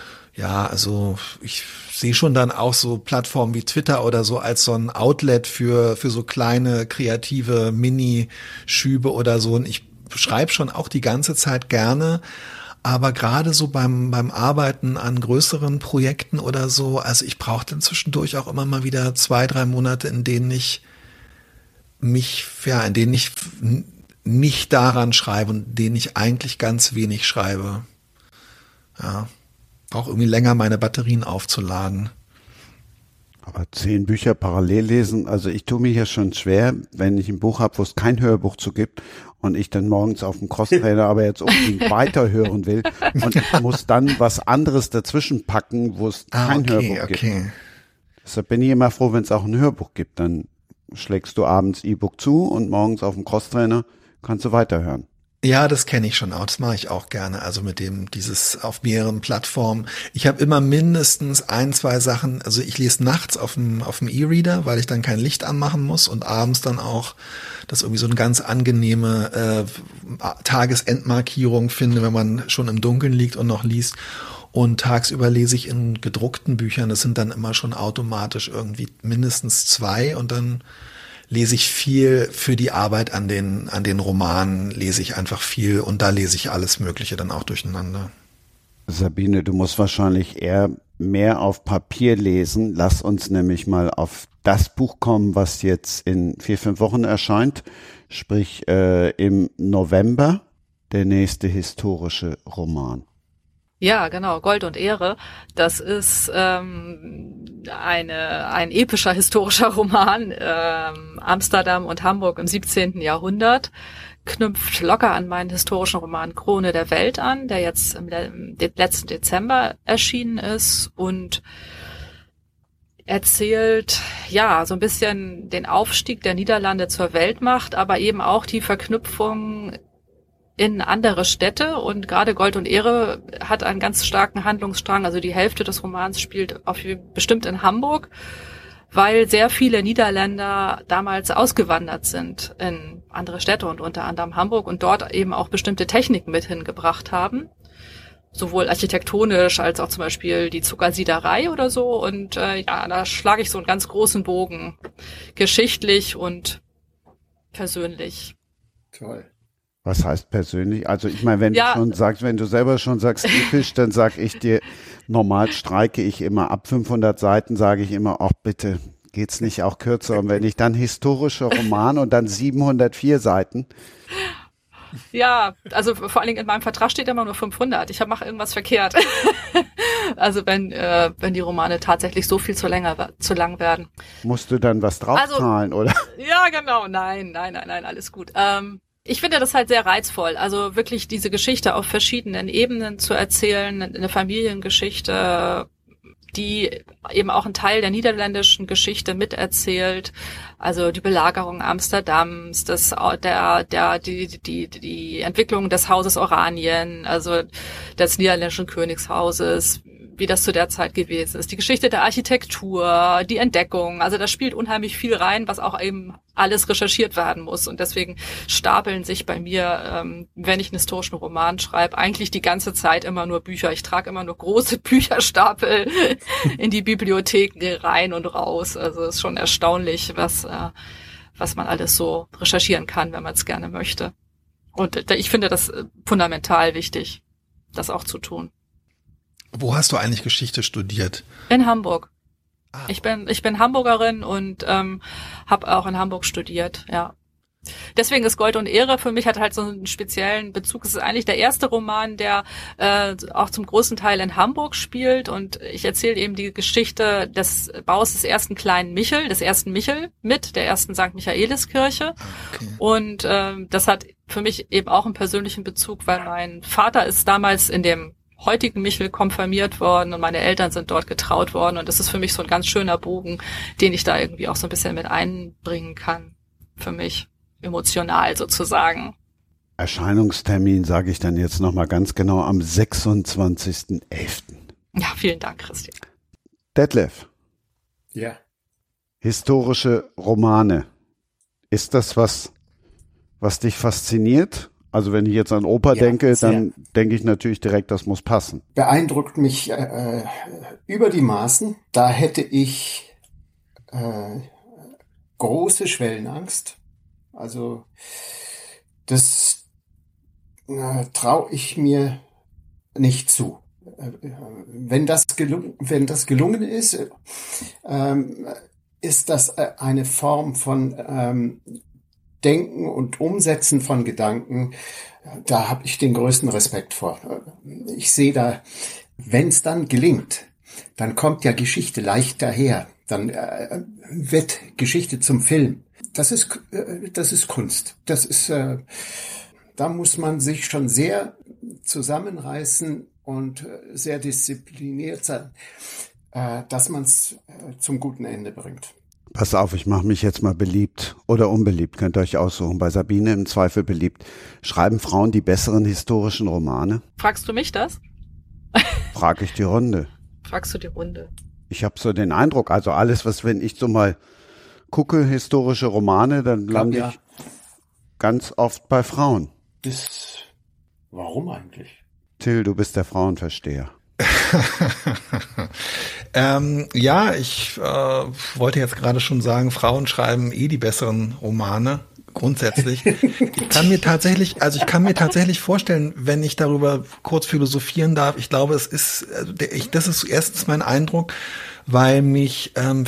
ja, also ich sehe schon dann auch so Plattformen wie Twitter oder so als so ein Outlet für für so kleine kreative Mini-Schübe oder so. Und ich schreibe schon auch die ganze Zeit gerne, aber gerade so beim beim Arbeiten an größeren Projekten oder so, also ich brauche dann zwischendurch auch immer mal wieder zwei, drei Monate, in denen ich mich, ja, in denen ich nicht daran schreibe und in denen ich eigentlich ganz wenig schreibe. Ja, auch irgendwie länger meine Batterien aufzuladen. Aber zehn Bücher parallel lesen, also ich tue mir hier schon schwer, wenn ich ein Buch habe, wo es kein Hörbuch zu gibt und ich dann morgens auf dem Crosstrainer aber jetzt unbedingt weiterhören will und ich muss dann was anderes dazwischen packen, wo es Ah, kein okay, Hörbuch gibt. okay. Deshalb bin ich immer froh, wenn es auch ein Hörbuch gibt. Dann schlägst du abends E-Book zu und morgens auf dem Crosstrainer kannst du weiterhören. Ja, das kenne ich schon auch. Das mache ich auch gerne. Also mit dem, dieses auf mehreren Plattformen. Ich habe immer mindestens ein, zwei Sachen. Also ich lese nachts auf dem, auf dem E-Reader, weil ich dann kein Licht anmachen muss und abends dann auch das irgendwie so eine ganz angenehme äh, Tagesendmarkierung finde, wenn man schon im Dunkeln liegt und noch liest. Und tagsüber lese ich in gedruckten Büchern. Das sind dann immer schon automatisch irgendwie mindestens zwei und dann lese ich viel für die Arbeit an den, an den Romanen, lese ich einfach viel und da lese ich alles Mögliche dann auch durcheinander. Sabine, du musst wahrscheinlich eher mehr auf Papier lesen. Lass uns nämlich mal auf das Buch kommen, was jetzt in vier, fünf Wochen erscheint, sprich äh, im November, der nächste historische Roman. Ja, genau, Gold und Ehre. Das ist ähm, eine ein epischer historischer Roman. Ähm, Amsterdam und Hamburg im siebzehnten Jahrhundert knüpft locker an meinen historischen Roman Krone der Welt an, der jetzt im, im letzten Dezember erschienen ist und erzählt, ja, so ein bisschen den Aufstieg der Niederlande zur Weltmacht, aber eben auch die Verknüpfung in andere Städte und gerade Gold und Ehre hat einen ganz starken Handlungsstrang. Also die Hälfte des Romans spielt auf, bestimmt in Hamburg, weil sehr viele Niederländer damals ausgewandert sind in andere Städte und unter anderem Hamburg und dort eben auch bestimmte Techniken mit hingebracht haben. Sowohl architektonisch als auch zum Beispiel die Zuckersiederei oder so. Und äh, ja, da schlage ich so einen ganz großen Bogen. Geschichtlich und persönlich. Toll. Was heißt persönlich? Also ich meine, wenn Ja. du schon sagst, wenn du selber schon sagst episch, dann sag ich dir, normal streike ich immer ab fünfhundert Seiten, sage ich immer, ach bitte, geht's nicht auch kürzer? Und wenn ich dann historische Roman und dann siebenhundertvier Seiten. Ja, also vor allen Dingen in meinem Vertrag steht immer nur fünfhundert. Ich mache irgendwas verkehrt. Also wenn äh, wenn die Romane tatsächlich so viel zu länger zu lang werden. Musst du dann was draufzahlen, Also, oder? Ja, genau. Nein, nein, nein, nein, alles gut. Ähm, ich finde das halt sehr reizvoll. Also wirklich diese Geschichte auf verschiedenen Ebenen zu erzählen, eine Familiengeschichte, die eben auch einen Teil der niederländischen Geschichte miterzählt. Also die Belagerung Amsterdams, das, der, der, die, die, die Entwicklung des Hauses Oranien, also des niederländischen Königshauses, wie das zu der Zeit gewesen ist. Die Geschichte der Architektur, die Entdeckung. Also da spielt unheimlich viel rein, was auch eben alles recherchiert werden muss. Und deswegen stapeln sich bei mir, ähm, wenn ich einen historischen Roman schreibe, eigentlich die ganze Zeit immer nur Bücher. Ich trage immer nur große Bücherstapel in die Bibliotheken rein und raus. Also es ist schon erstaunlich, was, äh, was man alles so recherchieren kann, wenn man es gerne möchte. Und ich finde das fundamental wichtig, das auch zu tun. Wo hast du eigentlich Geschichte studiert? In Hamburg. Ah. Ich bin ich bin Hamburgerin und ähm, habe auch in Hamburg studiert, ja. Deswegen ist Gold und Ehre für mich hat halt so einen speziellen Bezug. Es ist eigentlich der erste Roman, der äh, auch zum großen Teil in Hamburg spielt und ich erzähle eben die Geschichte des Baus des ersten kleinen Michel, des ersten Michel mit der ersten Sankt Michaeliskirche. Okay. Und ähm, das hat für mich eben auch einen persönlichen Bezug, weil mein Vater ist damals in dem heutigen Michel konfirmiert worden und meine Eltern sind dort getraut worden und das ist für mich so ein ganz schöner Bogen, den ich da irgendwie auch so ein bisschen mit einbringen kann, für mich emotional sozusagen. Erscheinungstermin sage ich dann jetzt nochmal ganz genau am sechsundzwanzigsten elften Ja, vielen Dank, Christian. Detlef, Ja. historische Romane. Ist das was, was dich fasziniert? Also wenn ich jetzt an Oper Ja, denke, sehr. dann denke ich natürlich direkt, das muss passen. Beeindruckt mich äh, über die Maßen. Da hätte ich äh, große Schwellenangst. Also das äh, traue ich mir nicht zu. Äh, wenn das gelungen, wenn das gelungen ist, ähm, ist das äh, eine Form von ähm, Denken und Umsetzen von Gedanken, da habe ich den größten Respekt vor. Ich sehe da, wenn es dann gelingt, dann kommt ja Geschichte leicht daher. Dann äh, wird Geschichte zum Film. Das ist, äh, das ist Kunst. Das ist, äh, da muss man sich schon sehr zusammenreißen und äh, sehr diszipliniert sein, äh, dass man es äh, zum guten Ende bringt. Pass auf, ich mache mich jetzt mal beliebt oder unbeliebt, könnt ihr euch aussuchen. Bei Sabine im Zweifel beliebt. Schreiben Frauen die besseren historischen Romane? Fragst du mich das? Frag ich die Runde. Fragst du die Runde? Ich habe so den Eindruck, also alles, was, wenn ich so mal gucke, historische Romane, dann lande ja. ich ganz oft bei Frauen. Das, warum eigentlich? Till, du bist der Frauenversteher. ähm, ja, ich äh, wollte jetzt gerade schon sagen, Frauen schreiben eh die besseren Romane. Grundsätzlich. Ich kann mir tatsächlich, also ich kann mir tatsächlich vorstellen, wenn ich darüber kurz philosophieren darf, ich glaube, es ist, also der, ich, das ist erstens mein Eindruck, weil mich ähm,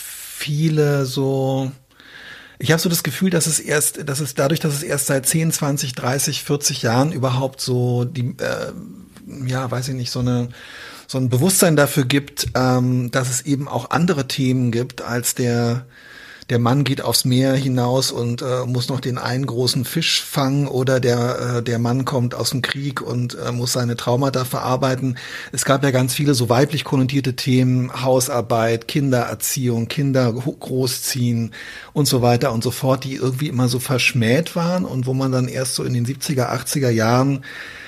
viele so, ich habe so das Gefühl, dass es erst, dass es dadurch, dass es erst seit zehn, zwanzig, dreißig, vierzig Jahren überhaupt so die, äh, ja, weiß ich nicht, so eine so ein Bewusstsein dafür gibt, ähm, dass es eben auch andere Themen gibt als der Der Mann geht aufs Meer hinaus und äh, muss noch den einen großen Fisch fangen, oder der äh, der Mann kommt aus dem Krieg und äh, muss seine Traumata verarbeiten. Es gab ja ganz viele so weiblich konnotierte Themen, Hausarbeit, Kindererziehung, Kinder großziehen und so weiter und so fort, die irgendwie immer so verschmäht waren und wo man dann erst so in den siebziger, achtziger Jahren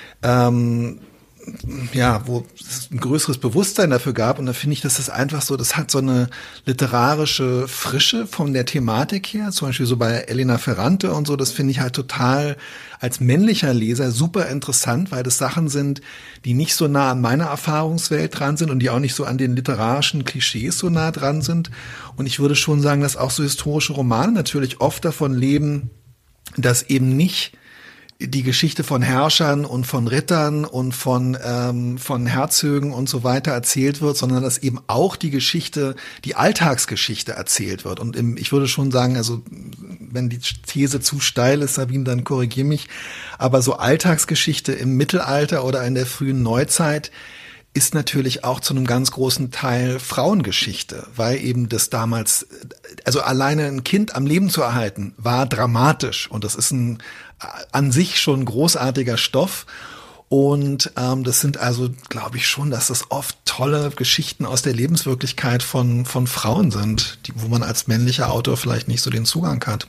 ähm, ja, wo es ein größeres Bewusstsein dafür gab. Und da finde ich, dass das einfach so, das hat so eine literarische Frische von der Thematik her, zum Beispiel so bei Elena Ferrante und so, das finde ich halt total als männlicher Leser super interessant, weil das Sachen sind, die nicht so nah an meiner Erfahrungswelt dran sind und die auch nicht so an den literarischen Klischees so nah dran sind. Und ich würde schon sagen, dass auch so historische Romane natürlich oft davon leben, dass eben nicht die Geschichte von Herrschern und von Rittern und von ähm, von Herzögen und so weiter erzählt wird, sondern dass eben auch die Geschichte, die Alltagsgeschichte erzählt wird. Und im, ich würde schon sagen, also wenn die These zu steil ist, Sabine, dann korrigier mich, aber so Alltagsgeschichte im Mittelalter oder in der frühen Neuzeit ist natürlich auch zu einem ganz großen Teil Frauengeschichte, weil eben das damals, also alleine ein Kind am Leben zu erhalten, war dramatisch, und das ist ein an sich schon großartiger Stoff. Und ähm, das sind also, glaube ich schon, dass das oft tolle Geschichten aus der Lebenswirklichkeit von von Frauen sind, die, wo man als männlicher Autor vielleicht nicht so den Zugang hat.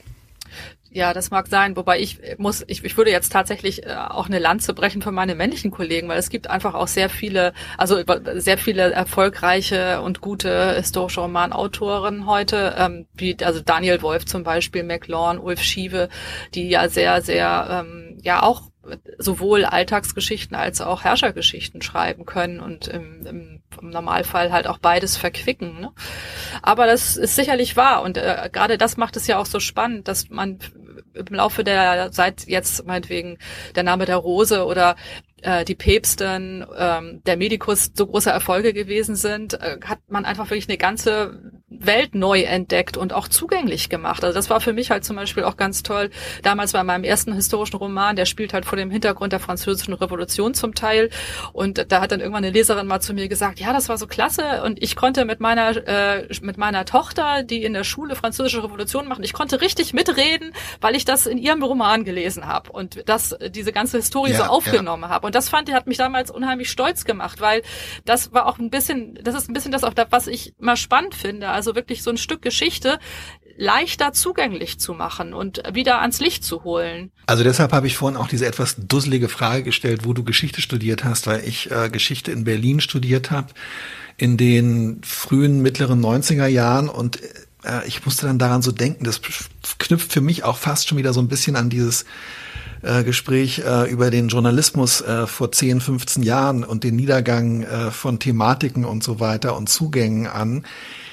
Ja, das mag sein, wobei ich muss, ich, ich würde jetzt tatsächlich auch eine Lanze brechen für meine männlichen Kollegen, weil es gibt einfach auch sehr viele, also sehr viele erfolgreiche und gute historische Romanautoren heute, ähm, wie also Daniel Wolf zum Beispiel, McLawn, Ulf Schiewe, die ja sehr, sehr, ähm, ja auch sowohl Alltagsgeschichten als auch Herrschergeschichten schreiben können und im, im, im Normalfall halt auch beides verquicken. Ne? Aber das ist sicherlich wahr, und äh, gerade das macht es ja auch so spannend, dass man im Laufe der, seit jetzt meinetwegen der Name der Rose oder äh, die Päpstin, ähm, der Medikus so große Erfolge gewesen sind, äh, hat man einfach wirklich eine ganze Welt neu entdeckt und auch zugänglich gemacht. Also das war für mich halt zum Beispiel auch ganz toll. Damals bei meinem ersten historischen Roman, der spielt halt vor dem Hintergrund der Französischen Revolution zum Teil. Und da hat dann irgendwann eine Leserin mal zu mir gesagt, ja, das war so klasse. Und ich konnte mit meiner äh, mit meiner Tochter, die in der Schule Französische Revolution macht, ich konnte richtig mitreden, weil ich das in ihrem Roman gelesen habe und das diese ganze Historie ja, so aufgenommen ja. habe. Und das fand ich, hat mich damals unheimlich stolz gemacht, weil das war auch ein bisschen, das ist ein bisschen das auch, was ich immer spannend finde. Also wirklich so ein Stück Geschichte leichter zugänglich zu machen und wieder ans Licht zu holen. Also deshalb habe ich vorhin auch diese etwas dusselige Frage gestellt, wo du Geschichte studiert hast, weil ich äh, Geschichte in Berlin studiert habe in den frühen, mittleren neunziger Jahren, und äh, ich musste dann daran so denken, das knüpft für mich auch fast schon wieder so ein bisschen an dieses äh, Gespräch äh, über den Journalismus äh, vor zehn, fünfzehn Jahren und den Niedergang äh, von Thematiken und so weiter und Zugängen an.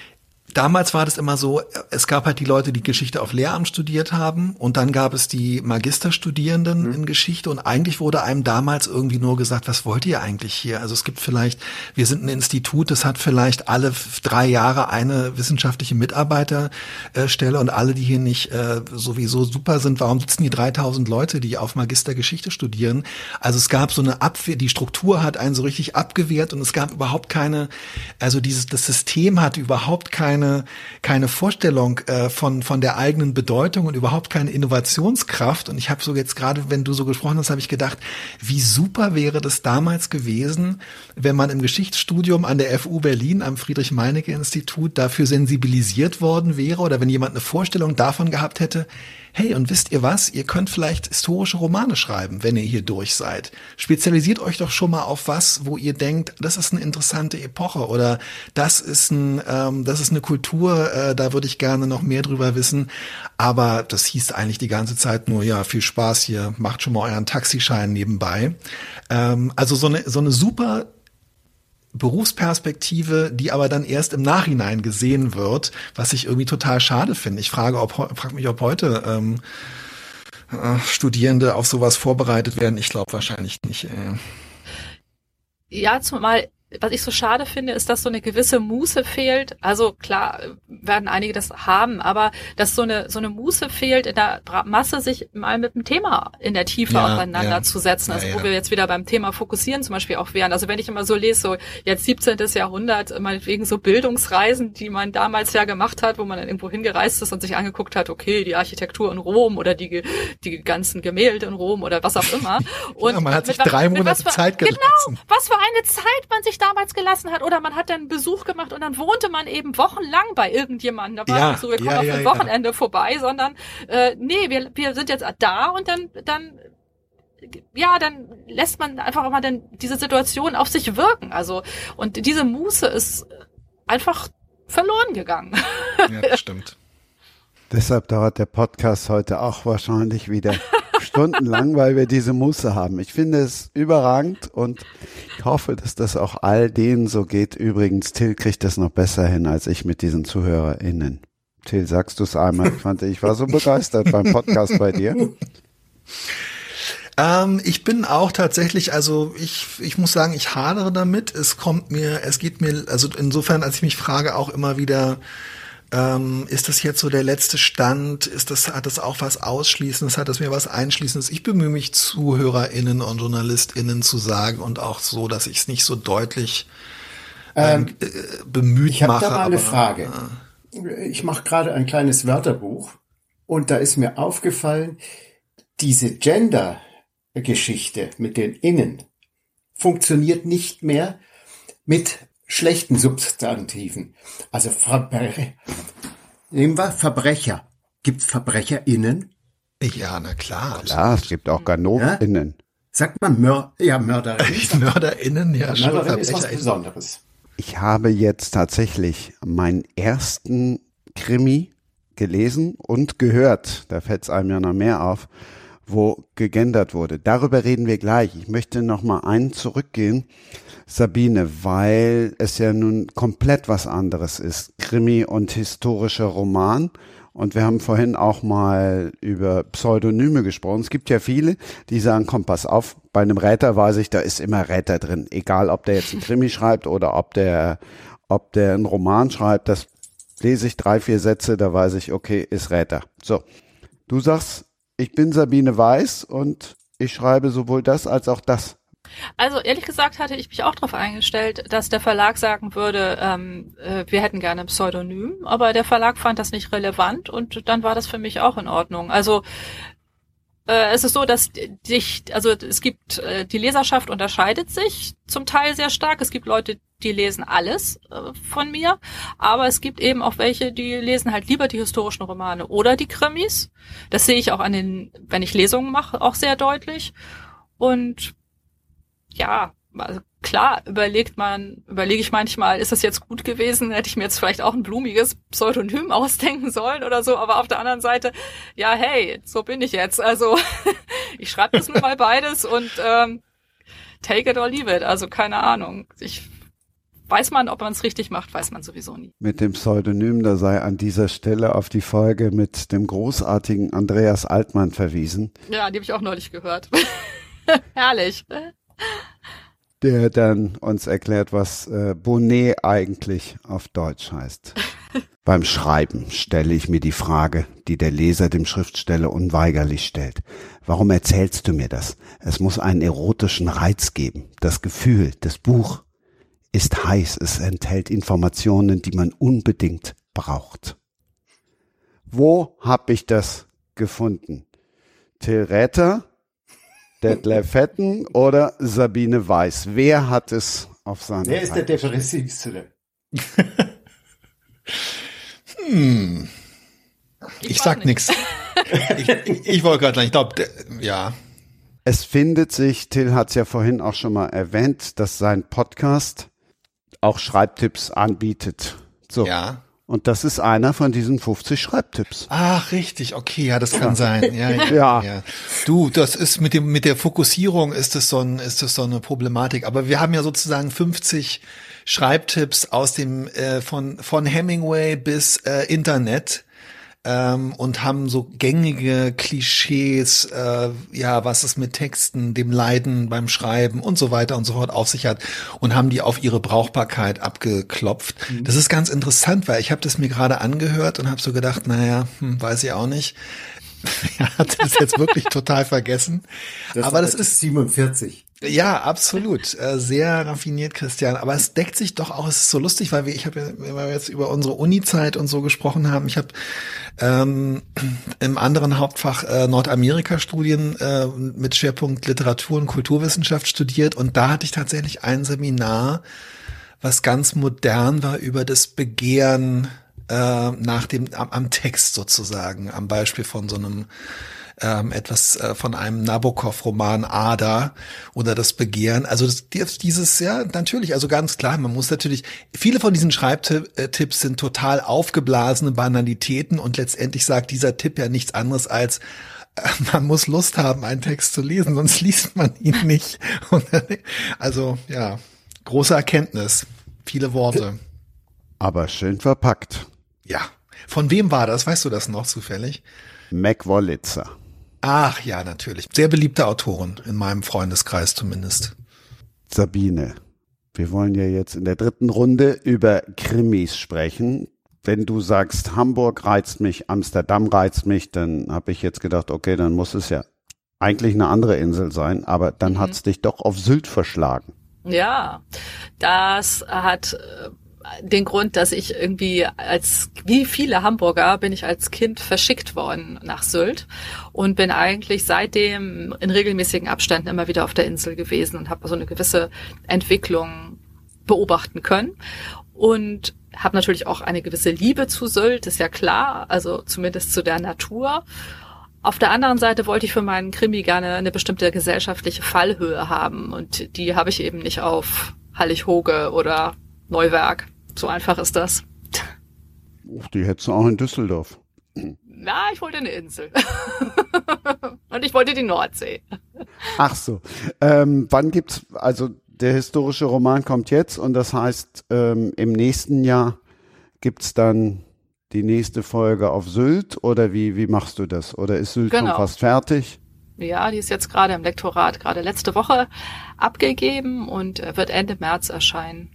damals war das immer so, es gab halt die Leute, die Geschichte auf Lehramt studiert haben und dann gab es die Magisterstudierenden mhm. in Geschichte und eigentlich wurde einem damals irgendwie nur gesagt, was wollt ihr eigentlich hier? Also es gibt vielleicht, wir sind ein Institut, das hat vielleicht alle drei Jahre eine wissenschaftliche Mitarbeiterstelle und alle, die hier nicht äh, sowieso super sind, warum sitzen die dreitausend Leute, die auf Magistergeschichte studieren? Also es gab so eine Abwehr, die Struktur hat einen so richtig abgewehrt und es gab überhaupt keine, also dieses, das System hat überhaupt keine Keine, keine Vorstellung äh, von von der eigenen Bedeutung und überhaupt keine Innovationskraft. Und ich habe so jetzt gerade, wenn du so gesprochen hast, habe ich gedacht, wie super wäre das damals gewesen, wenn man im Geschichtsstudium an der F U Berlin am Friedrich-Meinecke-Institut dafür sensibilisiert worden wäre oder wenn jemand eine Vorstellung davon gehabt hätte, hey, und wisst ihr was? Ihr könnt vielleicht historische Romane schreiben, wenn ihr hier durch seid. Spezialisiert euch doch schon mal auf was, wo ihr denkt, das ist eine interessante Epoche oder das ist ein, ähm, das ist eine Kultur, äh, da würde ich gerne noch mehr drüber wissen. Aber das hieß eigentlich die ganze Zeit nur, ja, viel Spaß hier, macht schon mal euren Taxischein nebenbei. Ähm, also so eine, so eine super Berufsperspektive, die aber dann erst im Nachhinein gesehen wird, was ich irgendwie total schade finde. Ich frage, ob frage mich, ob heute ähm, äh, Studierende auf sowas vorbereitet werden. Ich glaube wahrscheinlich nicht. Äh. Ja, zumal was ich so schade finde, ist, dass so eine gewisse Muße fehlt. Also klar werden einige das haben, aber dass so eine so eine Muße fehlt, in der Masse sich mal mit dem Thema in der Tiefe ja, auseinanderzusetzen. Ja. Also ja, wo ja. wir jetzt wieder beim Thema fokussieren zum Beispiel auch wären. Also wenn ich immer so lese, so jetzt siebzehnten. Jahrhundert, meinetwegen so Bildungsreisen, die man damals ja gemacht hat, wo man dann irgendwo hingereist ist und sich angeguckt hat, okay, die Architektur in Rom oder die die ganzen Gemälde in Rom oder was auch immer. Und ja, man hat sich mit, drei Monate für, Zeit gelassen. Genau, was für eine Zeit man sich damals gelassen hat oder man hat dann einen Besuch gemacht und dann wohnte man eben wochenlang bei irgendjemandem. Da war ja, nicht so, wir kommen ja, auf ja, ein ja. Wochenende vorbei, sondern äh, nee, wir wir sind jetzt da und dann dann ja, dann lässt man einfach immer dann diese Situation auf sich wirken. Also und diese Muße ist einfach verloren gegangen. Ja, das stimmt. Deshalb dauert der Podcast heute auch wahrscheinlich wieder stundenlang, weil wir diese Muße haben. Ich finde es überragend und ich hoffe, dass das auch all denen so geht. Übrigens, Till kriegt das noch besser hin als ich mit diesen ZuhörerInnen. Till, sagst du es einmal? Ich fand, ich war so begeistert beim Podcast bei dir. Ähm, ich bin auch tatsächlich, also ich ich muss sagen, ich hadere damit. Es kommt mir, es geht mir, also insofern, als ich mich frage, auch immer wieder, Ähm, ist das jetzt so der letzte Stand? Ist das, hat das auch was Ausschließendes? Hat das mir was Einschließendes? Ich bemühe mich, ZuhörerInnen und JournalistInnen zu sagen und auch so, dass ich es nicht so deutlich ähm, ähm, äh, bemüht ich hab mache. Ich habe da mal eine aber, Frage. Äh, ich mache gerade ein kleines Wörterbuch und da ist mir aufgefallen, diese Gender-Geschichte mit den Innen funktioniert nicht mehr mit schlechten Substantiven. Also Verbrecher. Nehmen wir Verbrecher. Gibt's VerbrecherInnen? Ja, na klar. Klar, es gibt auch GanovenInnen. Ja? Sagt man Mör ja, MörderInnen? MörderInnen, ja, schon. MörderInnen ist was Besonderes. Ich habe jetzt tatsächlich meinen ersten Krimi gelesen und gehört. Da fällt es einem ja noch mehr auf, wo gegendert wurde. Darüber reden wir gleich. Ich möchte noch mal einen zurückgehen, Sabine, weil es ja nun komplett was anderes ist. Krimi und historischer Roman. Und wir haben vorhin auch mal über Pseudonyme gesprochen. Es gibt ja viele, die sagen, komm, pass auf, bei einem Räter weiß ich, da ist immer Räter drin. Egal, ob der jetzt einen Krimi schreibt oder ob der, ob der einen Roman schreibt, das lese ich drei, vier Sätze, da weiß ich, okay, ist Räter. So, du sagst, ich bin Sabine Weiß und ich schreibe sowohl das als auch das. Also ehrlich gesagt hatte ich mich auch darauf eingestellt, dass der Verlag sagen würde, ähm, äh, wir hätten gerne ein Pseudonym, aber der Verlag fand das nicht relevant und dann war das für mich auch in Ordnung. Also äh, es ist so, dass dich, also es gibt, äh, die Leserschaft unterscheidet sich zum Teil sehr stark. Es gibt Leute, die lesen alles äh, von mir, aber es gibt eben auch welche, die lesen halt lieber die historischen Romane oder die Krimis. Das sehe ich auch an den, wenn ich Lesungen mache, auch sehr deutlich. Und ja, also klar, überlegt man, überlege ich manchmal, ist das jetzt gut gewesen? Hätte ich mir jetzt vielleicht auch ein blumiges Pseudonym ausdenken sollen oder so, aber auf der anderen Seite, ja, hey, so bin ich jetzt. Also ich schreibe das nur mal beides und ähm, take it or leave it. Also keine Ahnung. Ich weiß man, ob man es richtig macht, weiß man sowieso nie. Mit dem Pseudonym, da sei an dieser Stelle auf die Folge mit dem großartigen Andreas Altmann verwiesen. Ja, die habe ich auch neulich gehört. Herrlich. Der dann uns erklärt, was äh, Bonnet eigentlich auf Deutsch heißt. Beim Schreiben stelle ich mir die Frage, die der Leser dem Schriftsteller unweigerlich stellt. Warum erzählst du mir das? Es muss einen erotischen Reiz geben. Das Gefühl, das Buch ist heiß. Es enthält Informationen, die man unbedingt braucht. Wo habe ich das gefunden? Till Räther, Detlef Hetten oder Sabine Weiß? Wer hat es auf seiner Wer ist der Seite? Depressivste? Hm. Ich, ich sag nichts. Ich, ich, ich wollte gerade sagen, ich glaube, ja. Es findet sich, Till hat es ja vorhin auch schon mal erwähnt, dass sein Podcast auch Schreibtipps anbietet. So. Ja. Und das ist einer von diesen fünfzig Schreibtipps. Ach, richtig, okay, ja, das kann ja. sein. Ja, ja, ja. ja. Du, das ist mit dem mit der Fokussierung ist das so ein ist das so eine Problematik. Aber wir haben ja sozusagen fünfzig Schreibtipps aus dem äh, von von Hemingway bis äh, Internet. Ähm, und haben so gängige Klischees, äh, ja, was es mit Texten, dem Leiden beim Schreiben und so weiter und so fort auf sich hat und haben die auf ihre Brauchbarkeit abgeklopft. Mhm. Das ist ganz interessant, weil ich habe das mir gerade angehört und habe so gedacht, naja, hm, weiß ich auch nicht. Er hat das jetzt wirklich total vergessen. Das aber das ist siebenundvierzig. Ja, absolut. Äh, sehr raffiniert, Christian. Aber es deckt sich doch auch, es ist so lustig, weil wir, ich habe ja, wenn wir jetzt über unsere Uni-Zeit und so gesprochen haben, ich habe ähm, im anderen Hauptfach äh, Nordamerika-Studien äh, mit Schwerpunkt Literatur und Kulturwissenschaft studiert und da hatte ich tatsächlich ein Seminar, was ganz modern war über das Begehren äh, nach dem am, am Text sozusagen, am Beispiel von so einem Ähm, etwas äh, von einem Nabokov-Roman Ada oder das Begehren. Also das, dieses, ja, natürlich, also ganz klar, man muss natürlich, viele von diesen Schreibtipps sind total aufgeblasene Banalitäten und letztendlich sagt dieser Tipp ja nichts anderes als, äh, man muss Lust haben, einen Text zu lesen, sonst liest man ihn nicht. Und, also, ja, große Erkenntnis, viele Worte. Aber schön verpackt. Ja. Von wem war das? Weißt du das noch zufällig? Mac Wollitzer. Ach ja, natürlich. Sehr beliebte Autorin, in meinem Freundeskreis zumindest. Sabine, wir wollen ja jetzt in der dritten Runde über Krimis sprechen. Wenn du sagst, Hamburg reizt mich, Amsterdam reizt mich, dann habe ich jetzt gedacht, okay, dann muss es ja eigentlich eine andere Insel sein, aber dann mhm. hat es dich doch auf Sylt verschlagen. Ja, das hat den Grund, dass ich irgendwie als, wie viele Hamburger, bin ich als Kind verschickt worden nach Sylt und bin eigentlich seitdem in regelmäßigen Abständen immer wieder auf der Insel gewesen und habe so eine gewisse Entwicklung beobachten können und habe natürlich auch eine gewisse Liebe zu Sylt, ist ja klar, also zumindest zu der Natur. Auf der anderen Seite wollte ich für meinen Krimi gerne eine bestimmte gesellschaftliche Fallhöhe haben und die habe ich eben nicht auf Hallig-Hoge oder Neuwerk. So einfach ist das. Die hättest du auch in Düsseldorf. Na, ich wollte eine Insel. Und ich wollte die Nordsee. Ach so. Ähm, wann gibt's, also der historische Roman kommt jetzt und das heißt, ähm, im nächsten Jahr gibt's dann die nächste Folge auf Sylt oder wie, wie machst du das? Oder ist Sylt genau. schon fast fertig? Ja, die ist jetzt gerade im Lektorat, gerade letzte Woche abgegeben und wird Ende März erscheinen.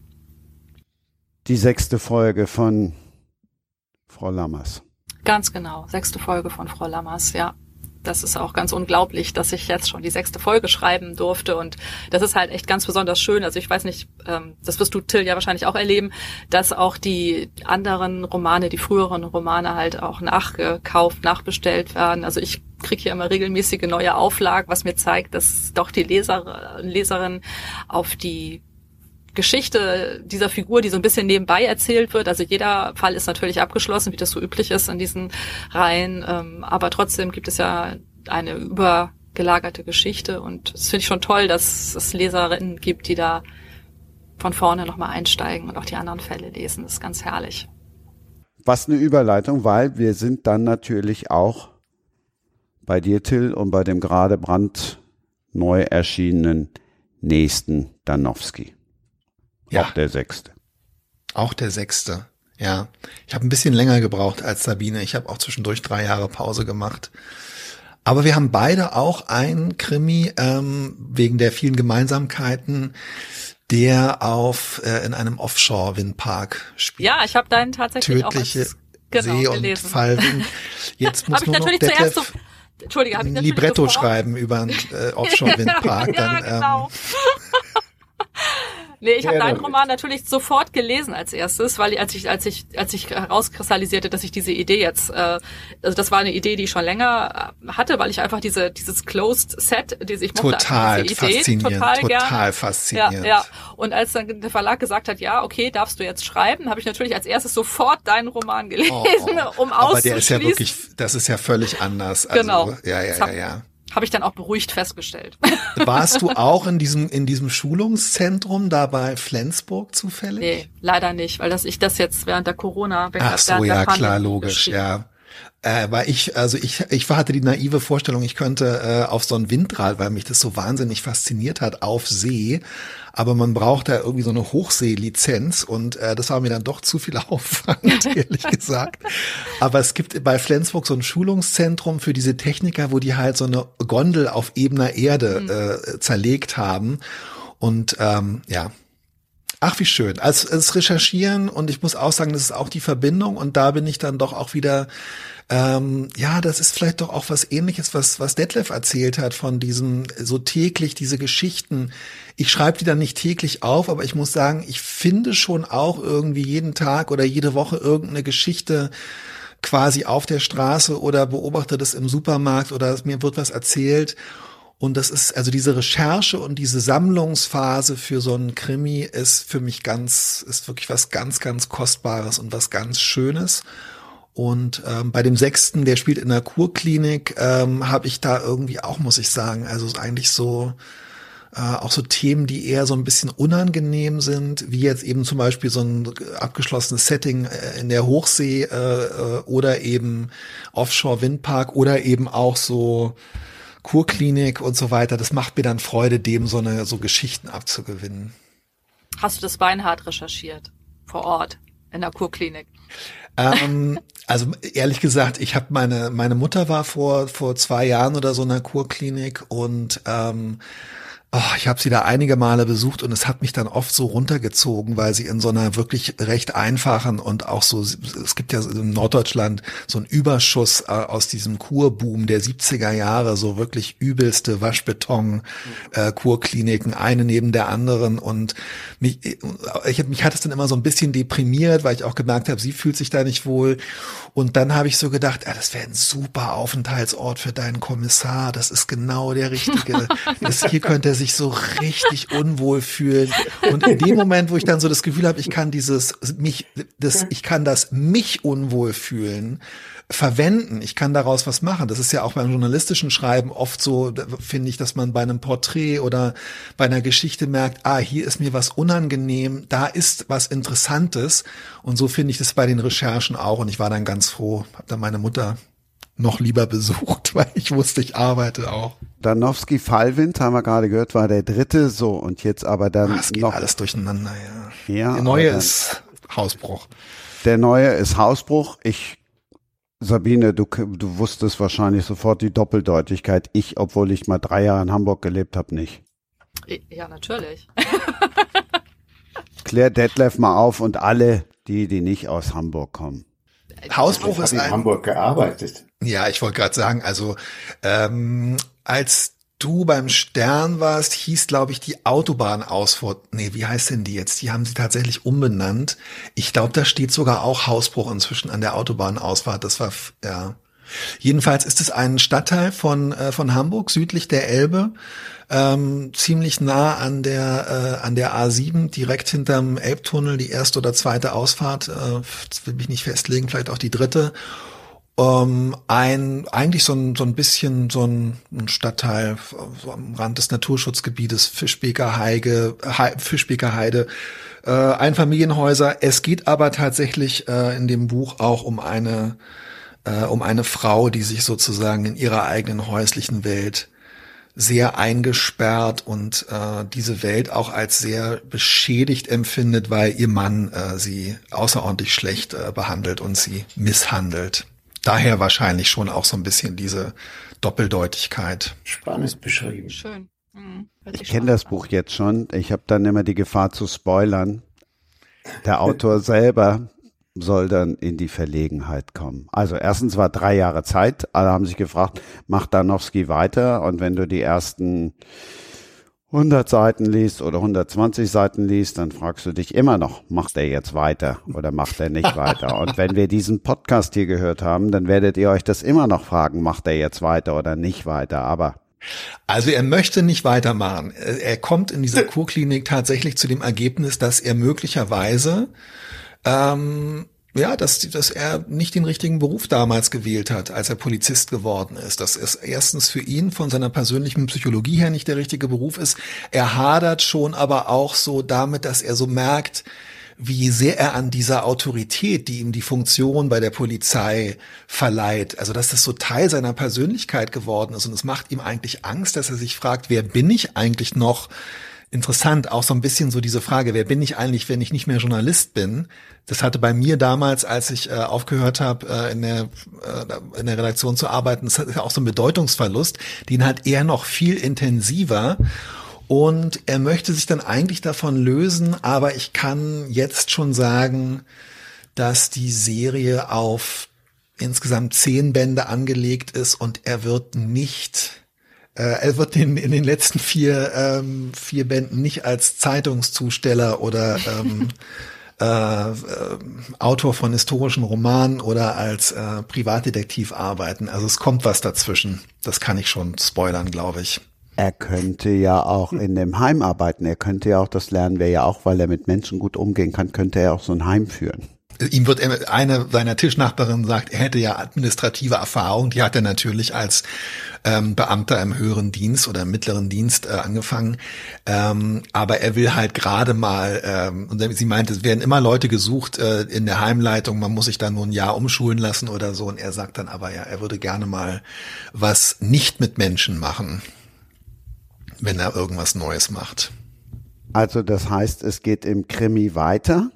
Die sechste Folge von Frau Lammers. Ganz genau, sechste Folge von Frau Lammers, ja. Das ist auch ganz unglaublich, dass ich jetzt schon die sechste Folge schreiben durfte und das ist halt echt ganz besonders schön. Also ich weiß nicht, das wirst du, Till, ja wahrscheinlich auch erleben, dass auch die anderen Romane, die früheren Romane halt auch nachgekauft, nachbestellt werden. Also ich kriege hier immer regelmäßige neue Auflagen, was mir zeigt, dass doch die Leser, Leserinnen auf die Geschichte dieser Figur, die so ein bisschen nebenbei erzählt wird. Also jeder Fall ist natürlich abgeschlossen, wie das so üblich ist in diesen Reihen. Aber trotzdem gibt es ja eine übergelagerte Geschichte. Und das finde ich schon toll, dass es Leserinnen gibt, die da von vorne nochmal einsteigen und auch die anderen Fälle lesen. Das ist ganz herrlich. Was eine Überleitung, weil wir sind dann natürlich auch bei dir, Till, und bei dem gerade brandneu erschienenen nächsten Danowski. Ja. Auch der sechste. Auch der sechste. Ja, ich habe ein bisschen länger gebraucht als Sabine. Ich habe auch zwischendurch drei Jahre Pause gemacht. Aber wir haben beide auch einen Krimi, ähm, wegen der vielen Gemeinsamkeiten, der auf äh, in einem Offshore-Windpark spielt. Ja, ich habe deinen tatsächlich Tödliche auch als, genau, See- und gelesen. Fallwind. Jetzt muss Hab ich nur noch natürlich zuerst Detlef so, Entschuldige, habe ich ein natürlich Libretto sofort, schreiben über einen äh, Offshore-Windpark. ja, Dann, genau. ähm, Nee, ich habe Ja, deinen damit. Roman natürlich sofort gelesen als erstes, weil ich, als ich als ich als ich herauskristallisierte, dass ich diese Idee jetzt, äh, also das war eine Idee, die ich schon länger äh, hatte, weil ich einfach diese dieses Closed Set, diese ich mochte total einfach diese Idee faszinierend, total, total gerne. faszinierend. Ja, ja. Und als dann der Verlag gesagt hat, ja, okay, darfst du jetzt schreiben, habe ich natürlich als erstes sofort deinen Roman gelesen, Oh, um aber der ist ja auszuschließen. wirklich, das ist ja völlig anders. Also, Genau. Ja, ja, Das ja, hab- ja. Habe ich dann auch beruhigt festgestellt. Warst du auch in diesem in diesem Schulungszentrum da bei Flensburg zufällig? Nee, leider nicht, weil das ich das jetzt während der Corona Ach so, während der ja, klar, Pandemie logisch, geschrieben. ja. Äh, weil ich, also ich, ich hatte die naive Vorstellung, ich könnte äh, auf so ein Windrad, weil mich das so wahnsinnig fasziniert hat, auf See. Aber man braucht da irgendwie so eine Hochseelizenz und äh, das war mir dann doch zu viel Aufwand, ehrlich gesagt. Aber es gibt bei Flensburg so ein Schulungszentrum für diese Techniker, wo die halt so eine Gondel auf ebener Erde äh, zerlegt haben. Und ähm, ja, ach, wie schön. Also das Recherchieren, und ich muss auch sagen, das ist auch die Verbindung, und da bin ich dann doch auch wieder, ähm, ja, das ist vielleicht doch auch was Ähnliches, was was Detlef erzählt hat, von diesem so täglich, diese Geschichten. Ich schreibe die dann nicht täglich auf, aber ich muss sagen, ich finde schon auch irgendwie jeden Tag oder jede Woche irgendeine Geschichte quasi auf der Straße oder beobachte das im Supermarkt oder mir wird was erzählt. Und das ist, also diese Recherche und diese Sammlungsphase für so einen Krimi ist für mich ganz, ist wirklich was ganz, ganz Kostbares und was ganz Schönes. Und ähm, bei dem sechsten, der spielt in der Kurklinik, ähm, habe ich da irgendwie auch, muss ich sagen, also eigentlich so äh, auch so Themen, die eher so ein bisschen unangenehm sind, wie jetzt eben zum Beispiel so ein abgeschlossenes Setting äh, in der Hochsee äh, äh, oder eben Offshore-Windpark oder eben auch so Kurklinik und so weiter. Das macht mir dann Freude, dem so eine so Geschichten abzugewinnen. Hast du das beinhart recherchiert vor Ort in der Kurklinik? Ähm, also ehrlich gesagt, ich habe meine meine Mutter war vor vor zwei Jahren oder so in der Kurklinik und ähm, oh, ich habe sie da einige Male besucht und es hat mich dann oft so runtergezogen, weil sie in so einer wirklich recht einfachen und auch so, es gibt ja in Norddeutschland so einen Überschuss äh, aus diesem Kurboom der siebziger Jahre, so wirklich übelste Waschbeton äh, Kurkliniken, eine neben der anderen, und mich, ich, mich hat es dann immer so ein bisschen deprimiert, weil ich auch gemerkt habe, sie fühlt sich da nicht wohl, und dann habe ich so gedacht, ja, das wäre ein super Aufenthaltsort für deinen Kommissar, das ist genau der richtige, das, hier könnte er sich so richtig unwohl fühlen. Und in dem Moment, wo ich dann so das Gefühl habe, ich kann dieses mich, das, ich kann das mich unwohl fühlen verwenden, ich kann daraus was machen. Das ist ja auch beim journalistischen Schreiben oft so, finde ich, dass man bei einem Porträt oder bei einer Geschichte merkt, ah, hier ist mir was unangenehm, da ist was Interessantes. Und so finde ich das bei den Recherchen auch. Und ich war dann ganz froh, habe dann meine Mutter noch lieber besucht, weil ich wusste, ich arbeite auch. Danowski Fallwind, haben wir gerade gehört, war der dritte, so, und jetzt aber dann Ah, es geht noch, alles durcheinander, ja. ja, Der neue aber ist Hausbruch. der neue ist Hausbruch. Ich, Sabine, du, du wusstest wahrscheinlich sofort die Doppeldeutigkeit. Ich, obwohl ich mal drei Jahre in Hamburg gelebt habe, nicht. Ja, natürlich. Klär Detlef mal auf und alle, die, die nicht aus Hamburg kommen. Hausbruch Ich ist habe in ein, Hamburg gearbeitet. ja, ich wollte gerade sagen, also ähm, als du beim Stern warst, hieß, glaube ich, die Autobahnausfahrt, nee, wie heißt denn die jetzt? Die haben sie tatsächlich umbenannt. Ich glaube, da steht sogar auch Hausbruch inzwischen an der Autobahnausfahrt. Das war, ja. Jedenfalls ist es ein Stadtteil von äh, von Hamburg, südlich der Elbe, ähm, ziemlich nah an der äh, an der A sieben, direkt hinterm Elbtunnel, die erste oder zweite Ausfahrt, äh, das will mich nicht festlegen, vielleicht auch die dritte. Um, ein eigentlich so ein so ein bisschen so ein, ein Stadtteil so am Rand des Naturschutzgebietes, Fischbeker Heide, He, Fischbeker Heide, äh, Einfamilienhäuser. Es geht aber tatsächlich äh, in dem Buch auch um eine äh, um eine Frau, die sich sozusagen in ihrer eigenen häuslichen Welt sehr eingesperrt und äh, diese Welt auch als sehr beschädigt empfindet, weil ihr Mann äh, sie außerordentlich schlecht äh, behandelt und sie misshandelt. Daher wahrscheinlich schon auch so ein bisschen diese Doppeldeutigkeit. Spannend beschrieben. Schön. Mhm. Ich kenne das Buch jetzt schon. Ich habe dann immer die Gefahr zu spoilern. Der Autor selber soll dann in die Verlegenheit kommen. Also erstens war drei Jahre Zeit. Alle haben sich gefragt, macht Danowski weiter? Und wenn du die ersten hundert Seiten liest oder hundertzwanzig Seiten liest, dann fragst du dich immer noch, macht er jetzt weiter oder macht er nicht weiter? Und wenn wir diesen Podcast hier gehört haben, dann werdet ihr euch das immer noch fragen, macht er jetzt weiter oder nicht weiter? Aber also er möchte nicht weitermachen. Er kommt in dieser Kurklinik tatsächlich zu dem Ergebnis, dass er möglicherweise ähm, ja, dass, dass er nicht den richtigen Beruf damals gewählt hat, als er Polizist geworden ist. Das ist erstens für ihn von seiner persönlichen Psychologie her nicht der richtige Beruf ist. Er hadert schon aber auch so damit, dass er so merkt, wie sehr er an dieser Autorität, die ihm die Funktion bei der Polizei verleiht, also dass das so Teil seiner Persönlichkeit geworden ist. Und es macht ihm eigentlich Angst, dass er sich fragt, wer bin ich eigentlich noch? Interessant, auch so ein bisschen so diese Frage, wer bin ich eigentlich, wenn ich nicht mehr Journalist bin? Das hatte bei mir damals, als ich äh, aufgehört habe, äh, in der äh, in der Redaktion zu arbeiten, das ist ja auch so ein Bedeutungsverlust, den hat er noch viel intensiver. Und er möchte sich dann eigentlich davon lösen, aber ich kann jetzt schon sagen, dass die Serie auf insgesamt zehn Bände angelegt ist und er wird nicht Er wird in, in den letzten vier, ähm, vier Bänden nicht als Zeitungszusteller oder ähm, äh, äh, Autor von historischen Romanen oder als äh, Privatdetektiv arbeiten. Also es kommt was dazwischen. Das kann ich schon spoilern, glaube ich. Er könnte ja auch in dem Heim arbeiten. Er könnte ja auch, das lernen wir ja auch, weil er mit Menschen gut umgehen kann, könnte er auch so ein Heim führen. Ihm wird eine seiner Tischnachbarinnen sagt, er hätte ja administrative Erfahrung, die hat er natürlich als ähm, Beamter im höheren Dienst oder im mittleren Dienst äh, angefangen, ähm, aber er will halt gerade mal, ähm, und sie meinte, es werden immer Leute gesucht äh, in der Heimleitung, man muss sich dann nur ein Jahr umschulen lassen oder so, und er sagt dann aber, ja, er würde gerne mal was nicht mit Menschen machen, wenn er irgendwas Neues macht. Also das heißt, es geht im Krimi weiter?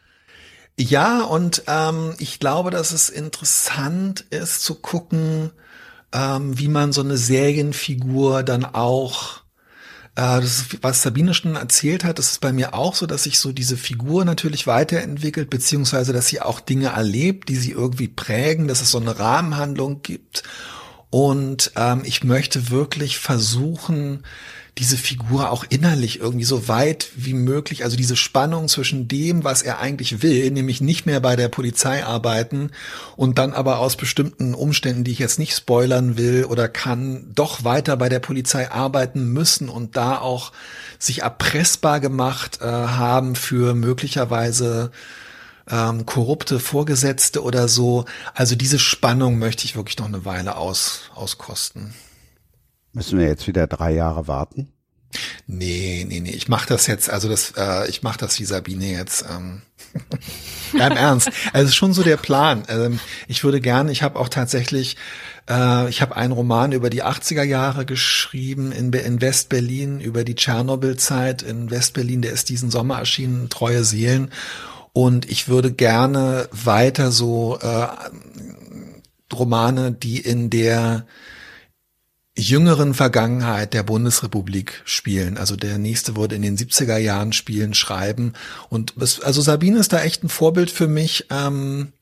Ja, und ähm, ich glaube, dass es interessant ist zu gucken, ähm, wie man so eine Serienfigur dann auch, äh, das ist, was Sabine schon erzählt hat, das ist bei mir auch so, dass sich so diese Figur natürlich weiterentwickelt, beziehungsweise dass sie auch Dinge erlebt, die sie irgendwie prägen, dass es so eine Rahmenhandlung gibt. Und ähm, ich möchte wirklich versuchen, diese Figur auch innerlich irgendwie so weit wie möglich, also diese Spannung zwischen dem, was er eigentlich will, nämlich nicht mehr bei der Polizei arbeiten und dann aber aus bestimmten Umständen, die ich jetzt nicht spoilern will oder kann, doch weiter bei der Polizei arbeiten müssen und da auch sich erpressbar gemacht äh, haben für möglicherweise ähm, korrupte Vorgesetzte oder so. Also diese Spannung möchte ich wirklich noch eine Weile aus, auskosten. Müssen wir jetzt wieder drei Jahre warten? Nee, nee, nee, ich mach das jetzt, also das, äh, ich mach das wie Sabine jetzt. Ähm. Ja, im Ernst. Also es ist schon so der Plan. Ähm, ich würde gerne, ich habe auch tatsächlich, äh, ich habe einen Roman über die achtziger Jahre geschrieben in, in West-Berlin, über die Tschernobyl-Zeit in West-Berlin, der ist diesen Sommer erschienen, Treue Seelen. Und ich würde gerne weiter so äh, Romane, die in der jüngeren Vergangenheit der Bundesrepublik spielen. Also der nächste würde in den siebziger Jahren spielen, schreiben. Und es, also Sabine ist da echt ein Vorbild für mich. Ähm,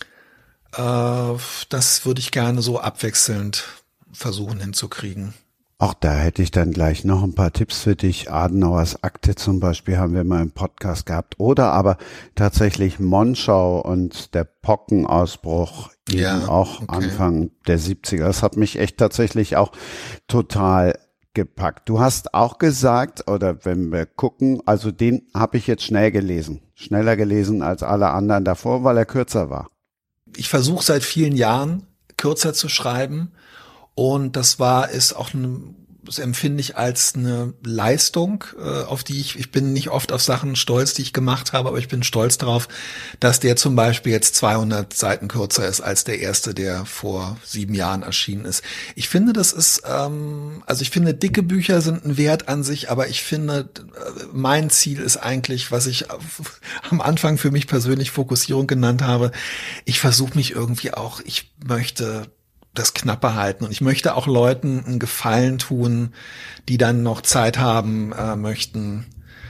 äh, das würde ich gerne so abwechselnd versuchen hinzukriegen. Auch da hätte ich dann gleich noch ein paar Tipps für dich. Adenauers Akte zum Beispiel haben wir mal im Podcast gehabt. Oder aber tatsächlich Monschau und der Pockenausbruch eben Ja, auch okay. Anfang der siebziger. Das hat mich echt tatsächlich auch total gepackt. Du hast auch gesagt, oder wenn wir gucken, also den habe ich jetzt schnell gelesen. Schneller gelesen als alle anderen davor, weil er kürzer war. Ich versuche seit vielen Jahren kürzer zu schreiben. Und das war, ist auch eine das empfinde ich als eine Leistung, äh, auf die ich, ich bin nicht oft auf Sachen stolz, die ich gemacht habe, aber ich bin stolz darauf, dass der zum Beispiel jetzt zweihundert Seiten kürzer ist als der erste, der vor sieben Jahren erschienen ist. Ich finde, das ist, ähm, also ich finde, dicke Bücher sind ein Wert an sich, aber ich finde, mein Ziel ist eigentlich, was ich am Anfang für mich persönlich Fokussierung genannt habe, ich versuche mich irgendwie auch, ich möchte das Knappe halten. Und ich möchte auch Leuten einen Gefallen tun, die dann noch Zeit haben äh, möchten,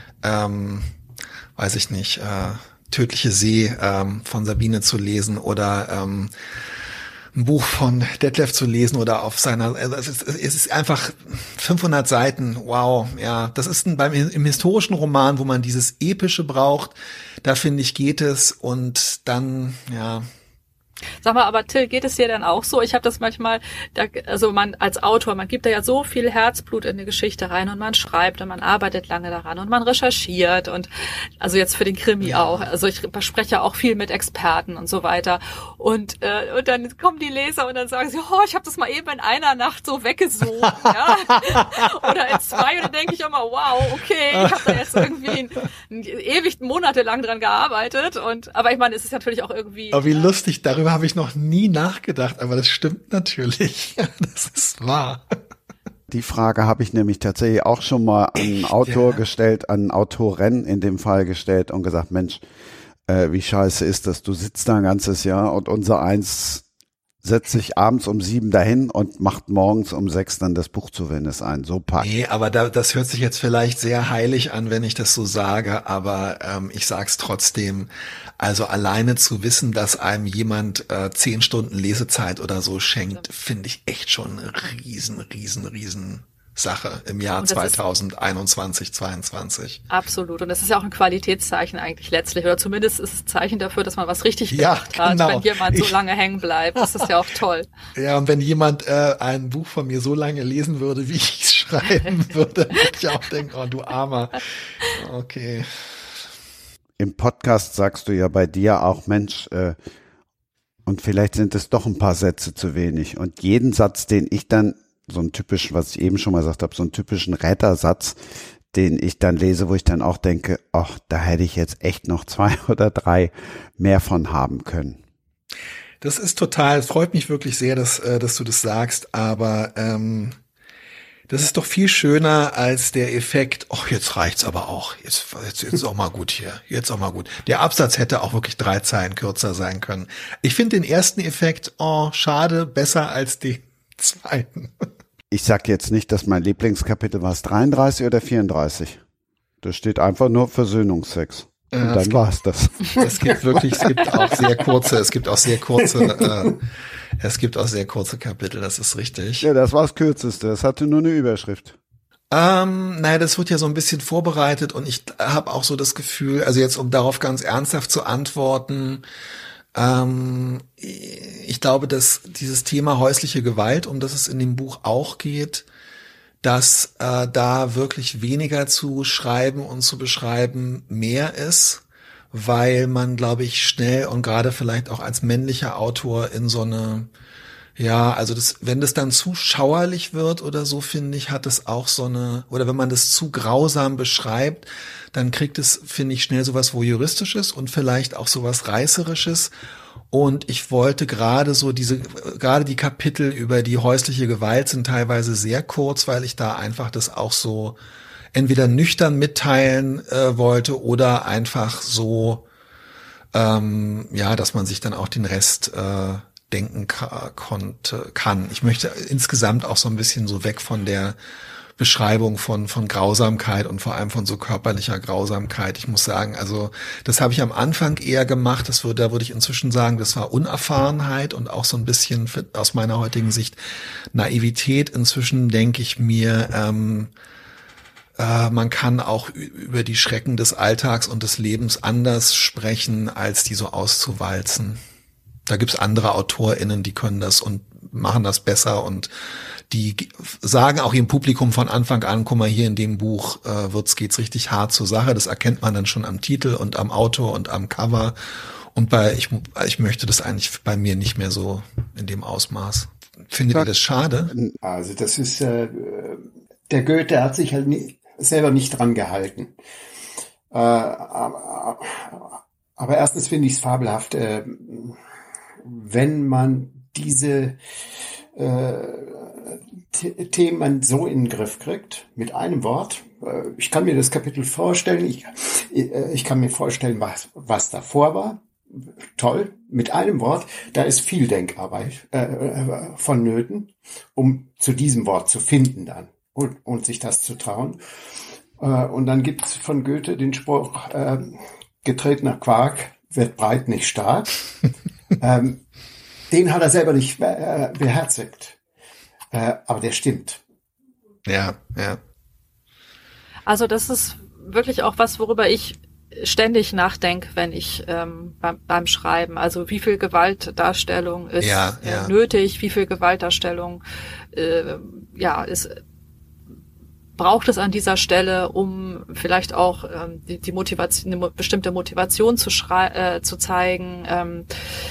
ähm, weiß ich nicht, äh, Tödliche See ähm, von Sabine zu lesen oder ähm, ein Buch von Detlef zu lesen oder auf seiner, also es ist, es ist einfach fünfhundert Seiten, wow, ja, das ist ein, beim im historischen Roman, wo man dieses Epische braucht, da finde ich, geht es und dann, ja. Sag mal, aber Till, geht es dir dann auch so? Ich habe das manchmal, da, also man als Autor, man gibt da ja so viel Herzblut in eine Geschichte rein und man schreibt und man arbeitet lange daran und man recherchiert und also jetzt für den Krimi ja. auch. Also ich spreche auch viel mit Experten und so weiter. Und, äh, und dann kommen die Leser und dann sagen sie, oh, ich habe das mal eben in einer Nacht so weggesucht. Ja? Oder in zwei und dann denke ich immer, wow, okay, ich habe da jetzt irgendwie ein, ein, ewig monatelang dran gearbeitet. Und aber ich meine, es ist natürlich auch irgendwie. Aber wie ja, lustig, darüber habe ich noch nie nachgedacht, aber das stimmt natürlich. Das ist wahr. Die Frage habe ich nämlich tatsächlich auch schon mal an einen Autor ja. gestellt, an einen Autoren in dem Fall gestellt und gesagt, Mensch, äh, wie scheiße ist das? Du sitzt da ein ganzes Jahr und unser Eins setzt sich abends um sieben dahin und macht morgens um sechs dann das Buch zu, wenn es einen so packt. Nee, aber da, das hört sich jetzt vielleicht sehr heilig an, wenn ich das so sage, aber ähm, ich sag's trotzdem. Also alleine zu wissen, dass einem jemand äh, zehn Stunden Lesezeit oder so schenkt, finde ich echt schon eine riesen, riesen, riesen Sache im Jahr zweitausendeinundzwanzig, zweiundzwanzig. Absolut. Und das ist ja auch ein Qualitätszeichen eigentlich letztlich. Oder zumindest ist es ein Zeichen dafür, dass man was richtig ja, gemacht hat. Genau. Wenn jemand so ich, lange hängen bleibt, das ist ja auch toll. Ja, und wenn jemand äh, ein Buch von mir so lange lesen würde, wie ich es schreiben würde, würde ich auch denken, oh du Armer. Okay. Im Podcast sagst du ja bei dir auch, Mensch, äh, und vielleicht sind es doch ein paar Sätze zu wenig. Und jeden Satz, den ich dann so ein typisch, was ich eben schon mal gesagt habe, so einen typischen Rätersatz, den ich dann lese, wo ich dann auch denke, ach, da hätte ich jetzt echt noch zwei oder drei mehr von haben können. Das ist total, es freut mich wirklich sehr, dass, äh, dass du das sagst, aber ähm, das ist doch viel schöner als der Effekt, oh, jetzt reicht's aber auch, jetzt, jetzt, jetzt ist auch mal gut hier, jetzt auch mal gut. Der Absatz hätte auch wirklich drei Zeilen kürzer sein können. Ich finde den ersten Effekt, oh, schade, besser als den zweiten. Ich sag jetzt nicht, dass mein Lieblingskapitel war es dreiunddreißig oder vierunddreißig. Da steht einfach nur Versöhnungsex. Und ja, dann war es das. Es gibt wirklich, es gibt auch sehr kurze, es gibt auch sehr kurze, äh, es gibt auch sehr kurze Kapitel, das ist richtig. Ja, das war das kürzeste, das hatte nur eine Überschrift. Ähm, naja, das wird ja so ein bisschen vorbereitet und ich habe auch so das Gefühl, also jetzt um darauf ganz ernsthaft zu antworten, ähm, ich glaube, dass dieses Thema häusliche Gewalt, um das es in dem Buch auch geht, dass äh, da wirklich weniger zu schreiben und zu beschreiben mehr ist, weil man, glaube ich, schnell und gerade vielleicht auch als männlicher Autor in so eine, ja, also das, wenn das dann zu schauerlich wird oder so, finde ich, hat es auch so eine, oder wenn man das zu grausam beschreibt, dann kriegt es, finde ich, schnell sowas Voyeuristisches und vielleicht auch sowas Reißerisches. Und ich wollte gerade so diese, gerade die Kapitel über die häusliche Gewalt sind teilweise sehr kurz, weil ich da einfach das auch so entweder nüchtern mitteilen äh, wollte oder einfach so, ähm, ja, dass man sich dann auch den Rest äh, denken ka- konnte, kann. Ich möchte insgesamt auch so ein bisschen so weg von der Beschreibung von von Grausamkeit und vor allem von so körperlicher Grausamkeit. Ich muss sagen, also das habe ich am Anfang eher gemacht. Das würde, da würde ich inzwischen sagen, das war Unerfahrenheit und auch so ein bisschen für, aus meiner heutigen Sicht Naivität. Inzwischen denke ich mir, ähm, äh, man kann auch über die Schrecken des Alltags und des Lebens anders sprechen, als die so auszuwalzen. Da gibt's andere AutorInnen, die können das und machen das besser und die sagen auch ihrem Publikum von Anfang an, guck mal, hier in dem Buch äh, wird's, geht's richtig hart zur Sache. Das erkennt man dann schon am Titel und am Autor und am Cover. Und bei ich, ich möchte das eigentlich bei mir nicht mehr so in dem Ausmaß. Findet ihr das schade? Also das ist, äh, der Goethe hat sich halt nie, selber nicht dran gehalten. Äh, aber, aber erstens finde ich es fabelhaft, äh, wenn man diese äh, Th- Themen so in den Griff kriegt, mit einem Wort. Äh, ich kann mir das Kapitel vorstellen, ich, äh, ich kann mir vorstellen, was, was davor war. Toll, mit einem Wort, da ist viel Denkarbeit äh, vonnöten, um zu diesem Wort zu finden dann und, und sich das zu trauen. Äh, und dann gibt's von Goethe den Spruch, äh, getretener Quark wird breit nicht stark. ähm, den hat er selber nicht äh, beherzigt, äh, aber der stimmt. Ja, ja. Also das ist wirklich auch was, worüber ich ständig nachdenke, wenn ich ähm, beim, beim Schreiben, also wie viel Gewaltdarstellung ist ja, ja. äh, nötig, wie viel Gewaltdarstellung äh, ja ist, braucht es an dieser Stelle, um vielleicht auch ähm, die, die Motivation, eine bestimmte Motivation zu schrei- äh, zu zeigen. Ähm,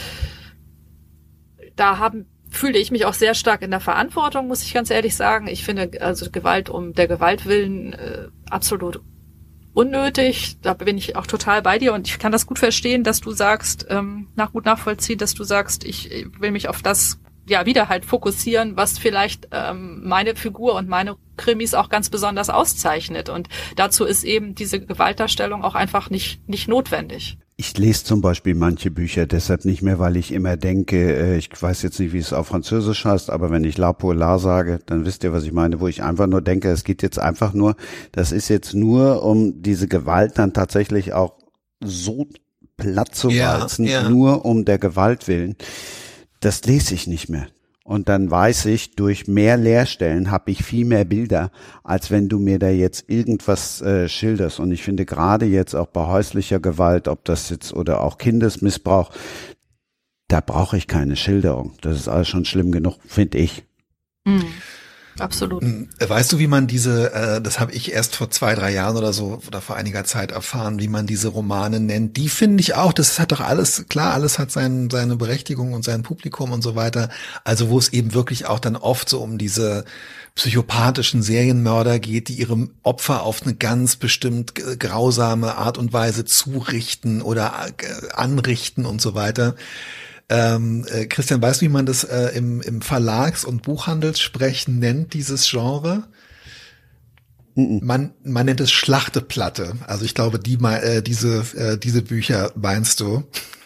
da haben fühle ich mich auch sehr stark in der Verantwortung, muss ich ganz ehrlich sagen. Ich finde also Gewalt um der Gewalt willen äh, absolut unnötig. Da bin ich auch total bei dir und ich kann das gut verstehen, dass du sagst, ähm, nach gut nachvollziehen, dass du sagst, ich will mich auf das ja wieder halt fokussieren, was vielleicht ähm, meine Figur und meine Krimis auch ganz besonders auszeichnet. Und dazu ist eben diese Gewaltdarstellung auch einfach nicht nicht notwendig. Ich lese zum Beispiel manche Bücher deshalb nicht mehr, weil ich immer denke, ich weiß jetzt nicht, wie es auf Französisch heißt, aber wenn ich La Polar sage, dann wisst ihr, was ich meine, wo ich einfach nur denke, es geht jetzt einfach nur, das ist jetzt nur, um diese Gewalt dann tatsächlich auch so platt zu walzen, ja, ja. nur um der Gewalt willen. Das lese ich nicht mehr. Und dann weiß ich, durch mehr Leerstellen habe ich viel mehr Bilder, als wenn du mir da jetzt irgendwas äh, schilderst. Und ich finde gerade jetzt auch bei häuslicher Gewalt, ob das jetzt oder auch Kindesmissbrauch, da brauche ich keine Schilderung. Das ist alles schon schlimm genug, finde ich. Mhm. Absolut. Weißt du, wie man diese, äh, das habe ich erst vor zwei, drei Jahren oder so oder vor einiger Zeit erfahren, wie man diese Romane nennt. Die finde ich auch, das hat doch alles, klar, alles hat sein, seine Berechtigung und sein Publikum und so weiter. Also wo es eben wirklich auch dann oft so um diese psychopathischen Serienmörder geht, die ihrem Opfer auf eine ganz bestimmt grausame Art und Weise zurichten oder anrichten und so weiter. Ähm, äh, Christian, weißt du, wie man das äh, im, im Verlags- und Buchhandelssprech nennt, dieses Genre? Mm-mm. Man, man nennt es Schlachteplatte. Also ich glaube, die äh, diese äh, diese Bücher meinst du.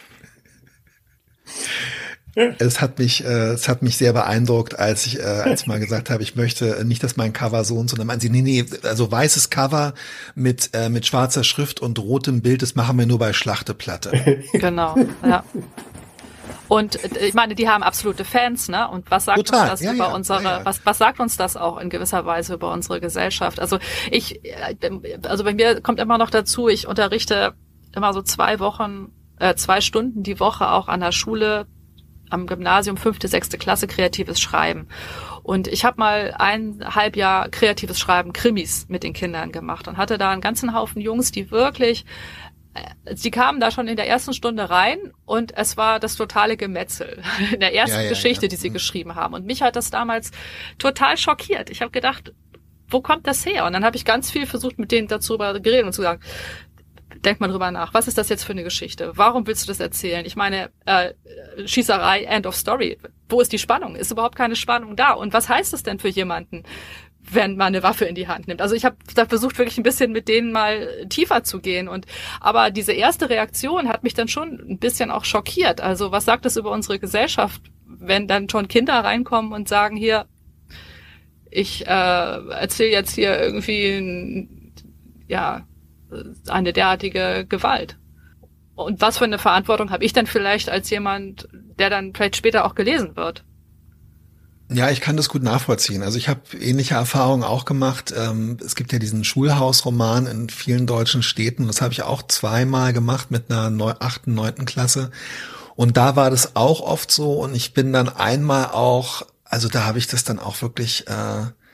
Es hat mich, äh, es hat mich sehr beeindruckt, als ich, äh, als ich mal gesagt habe, ich möchte nicht, dass mein Cover so und so, dann meinen sie, nee, nee, also weißes Cover mit, äh, mit schwarzer Schrift und rotem Bild, das machen wir nur bei Schlachteplatte. Genau, ja. Und ich meine, die haben absolute Fans, ne? Und was sagt Total. uns das ja, über ja, unsere, ja, ja. was was sagt uns das auch in gewisser Weise über unsere Gesellschaft? Also ich, also bei mir kommt immer noch dazu, ich unterrichte immer so zwei Wochen, äh, zwei Stunden die Woche auch an der Schule, am Gymnasium, fünfte, sechste Klasse, kreatives Schreiben. Und ich habe mal ein Halbjahr kreatives Schreiben, Krimis mit den Kindern gemacht und hatte da einen ganzen Haufen Jungs, die wirklich Sie kamen da schon in der ersten Stunde rein und es war das totale Gemetzel in der ersten ja, ja, Geschichte, ja. die sie mhm. geschrieben haben. Und mich hat das damals total schockiert. Ich habe gedacht, wo kommt das her? Und dann habe ich ganz viel versucht, mit denen darüber geredet und zu sagen, denk mal drüber nach, was ist das jetzt für eine Geschichte? Warum willst du das erzählen? Ich meine, äh, Schießerei, End of Story. Wo ist die Spannung? Ist überhaupt keine Spannung da? Und was heißt das denn für jemanden, wenn man eine Waffe in die Hand nimmt? Also ich habe da versucht, wirklich ein bisschen mit denen mal tiefer zu gehen. Und aber diese erste Reaktion hat mich dann schon ein bisschen auch schockiert. Also was sagt das über unsere Gesellschaft, wenn dann schon Kinder reinkommen und sagen, hier, ich äh, erzähle jetzt hier irgendwie ja eine derartige Gewalt. Und was für eine Verantwortung habe ich dann vielleicht als jemand, der dann vielleicht später auch gelesen wird? Ja, ich kann das gut nachvollziehen. Also ich habe ähnliche Erfahrungen auch gemacht. Ähm, es gibt ja diesen Schulhausroman in vielen deutschen Städten. Das habe ich auch zweimal gemacht mit einer achten, neunten Klasse. Und da war das auch oft so. Und ich bin dann einmal auch, also da habe ich das dann auch wirklich äh,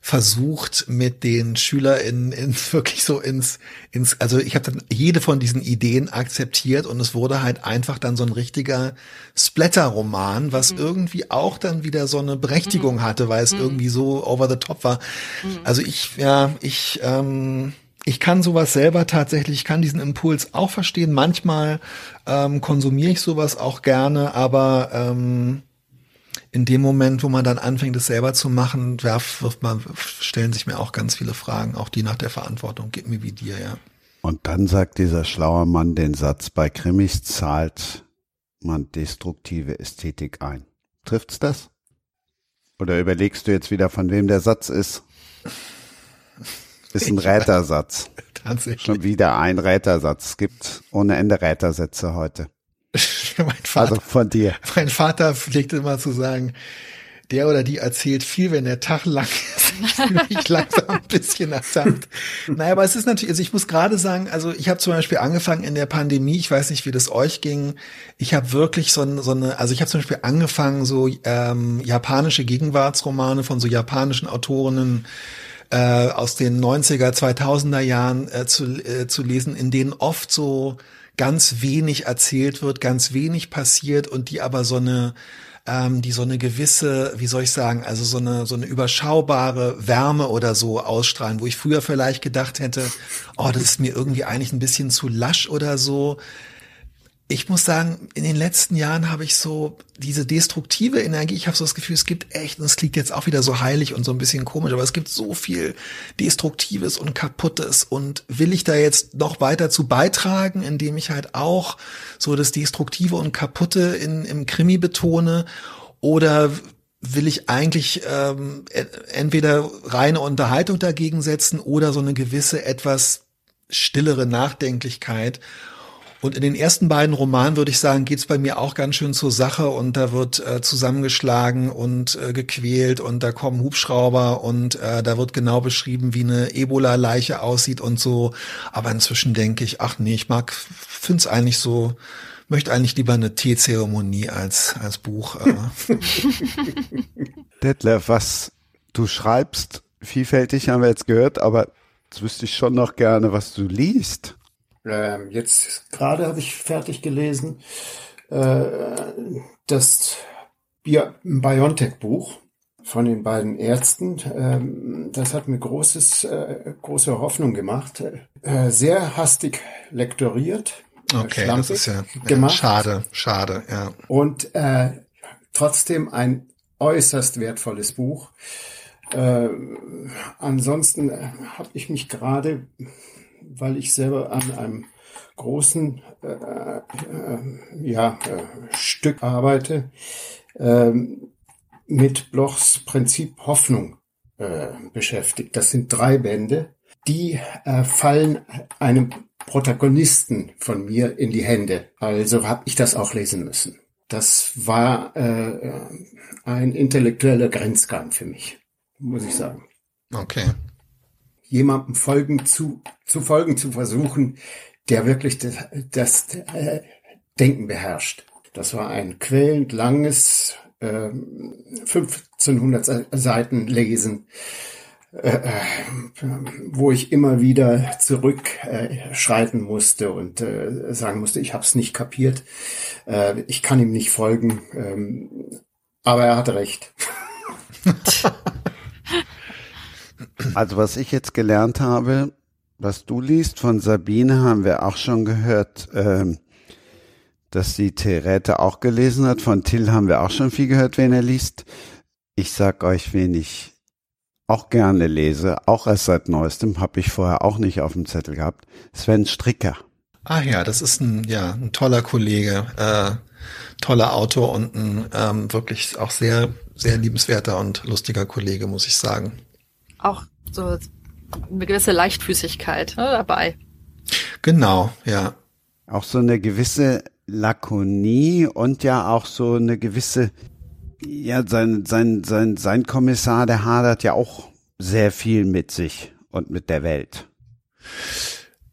versucht, mit den SchülerInnen in, wirklich so ins, ins, also ich habe dann jede von diesen Ideen akzeptiert und es wurde halt einfach dann so ein richtiger Splatter-Roman, was mhm. irgendwie auch dann wieder so eine Berechtigung mhm. hatte, weil es mhm. irgendwie so over the top war. Mhm. Also ich, ja, ich, ähm, ich kann sowas selber tatsächlich, ich kann diesen Impuls auch verstehen. Manchmal ähm, konsumiere ich sowas auch gerne, aber ähm, in dem Moment, wo man dann anfängt, es selber zu machen, wirft, wirft man, stellen sich mir auch ganz viele Fragen, auch die nach der Verantwortung. Geht mir wie dir, ja. Und dann sagt dieser schlaue Mann den Satz, bei Krimis zahlt man destruktive Ästhetik ein. Trifft's das? Oder überlegst du jetzt wieder, von wem der Satz ist? Ist ein Rätersatz. Tatsächlich. Schon wieder ein Rätersatz. Es gibt ohne Ende Rätersätze heute. Mein Vater, also von dir. Mein Vater pflegte immer zu sagen, der oder die erzählt viel, wenn der Tag lang ist. Ich fühle mich langsam ein bisschen ertappt. Naja, aber es ist natürlich, also ich muss gerade sagen, also ich habe zum Beispiel angefangen in der Pandemie, ich weiß nicht, wie das euch ging, ich habe wirklich so, eine, so eine, also ich habe zum Beispiel angefangen, so ähm, japanische Gegenwartsromane von so japanischen Autorinnen äh, aus den neunziger, zweitausender Jahren äh, zu, äh, zu lesen, in denen oft so ganz wenig erzählt wird, ganz wenig passiert und die aber so eine, ähm, die so eine gewisse, wie soll ich sagen, also so eine so eine überschaubare Wärme oder so ausstrahlen, wo ich früher vielleicht gedacht hätte, oh, das ist mir irgendwie eigentlich ein bisschen zu lasch oder so. Ich muss sagen, in den letzten Jahren habe ich so diese destruktive Energie, ich habe so das Gefühl, es gibt echt, und es klingt jetzt auch wieder so heilig und so ein bisschen komisch, aber es gibt so viel Destruktives und Kaputtes und will ich da jetzt noch weiter zu beitragen, indem ich halt auch so das Destruktive und Kaputte in, im Krimi betone, oder will ich eigentlich ähm, entweder reine Unterhaltung dagegen setzen oder so eine gewisse, etwas stillere Nachdenklichkeit. Und in den ersten beiden Romanen, würde ich sagen, geht's bei mir auch ganz schön zur Sache und da wird äh, zusammengeschlagen und äh, gequält und da kommen Hubschrauber und äh, da wird genau beschrieben, wie eine Ebola-Leiche aussieht und so. Aber inzwischen denke ich, ach nee, ich mag, find's eigentlich so, möchte eigentlich lieber eine Teezeremonie als als Buch. Äh. Detlef, was du schreibst, vielfältig haben wir jetzt gehört, aber jetzt wüsste ich schon noch gerne, was du liest. Ähm, jetzt gerade habe ich fertig gelesen äh, das Bi- BioNTech-Buch von den beiden Ärzten. Ähm, das hat mir großes, äh, große Hoffnung gemacht. Äh, sehr hastig lektoriert. Okay, das ist ja, ja gemacht. schade, schade, ja. Und äh, trotzdem ein äußerst wertvolles Buch. Äh, ansonsten habe ich mich gerade, weil ich selber an einem großen äh, äh, ja, äh, Stück arbeite, äh, mit Blochs Prinzip Hoffnung äh, beschäftigt. Das sind drei Bände, die äh, fallen einem Protagonisten von mir in die Hände. Also habe ich das auch lesen müssen. Das war äh, ein intellektueller Grenzgang für mich, muss ich sagen. Okay. Jemandem folgen zu, zu folgen zu versuchen, der wirklich das, das äh, Denken beherrscht. Das war ein quälend langes äh, fünfzehnhundert Seiten Lesen, äh, wo ich immer wieder zurückschreiten äh, musste und äh, sagen musste, ich habe es nicht kapiert, äh, ich kann ihm nicht folgen, ähm, aber er hatte recht. Also was ich jetzt gelernt habe, was du liest, von Sabine haben wir auch schon gehört, ähm, dass die Therete auch gelesen hat. Von Till haben wir auch schon viel gehört, wen er liest. Ich sag euch, wen ich auch gerne lese, auch erst seit Neuestem, habe ich vorher auch nicht auf dem Zettel gehabt, Sven Stricker. Ah ja, das ist ein, ja, ein toller Kollege, äh, toller Autor und ein ähm, wirklich auch sehr, sehr liebenswerter und lustiger Kollege, muss ich sagen. Auch so eine gewisse Leichtfüßigkeit, ne, dabei. Genau, ja. Auch so eine gewisse Lakonie und ja auch so eine gewisse, ja, sein, sein, sein, sein Kommissar, der hadert ja auch sehr viel mit sich und mit der Welt.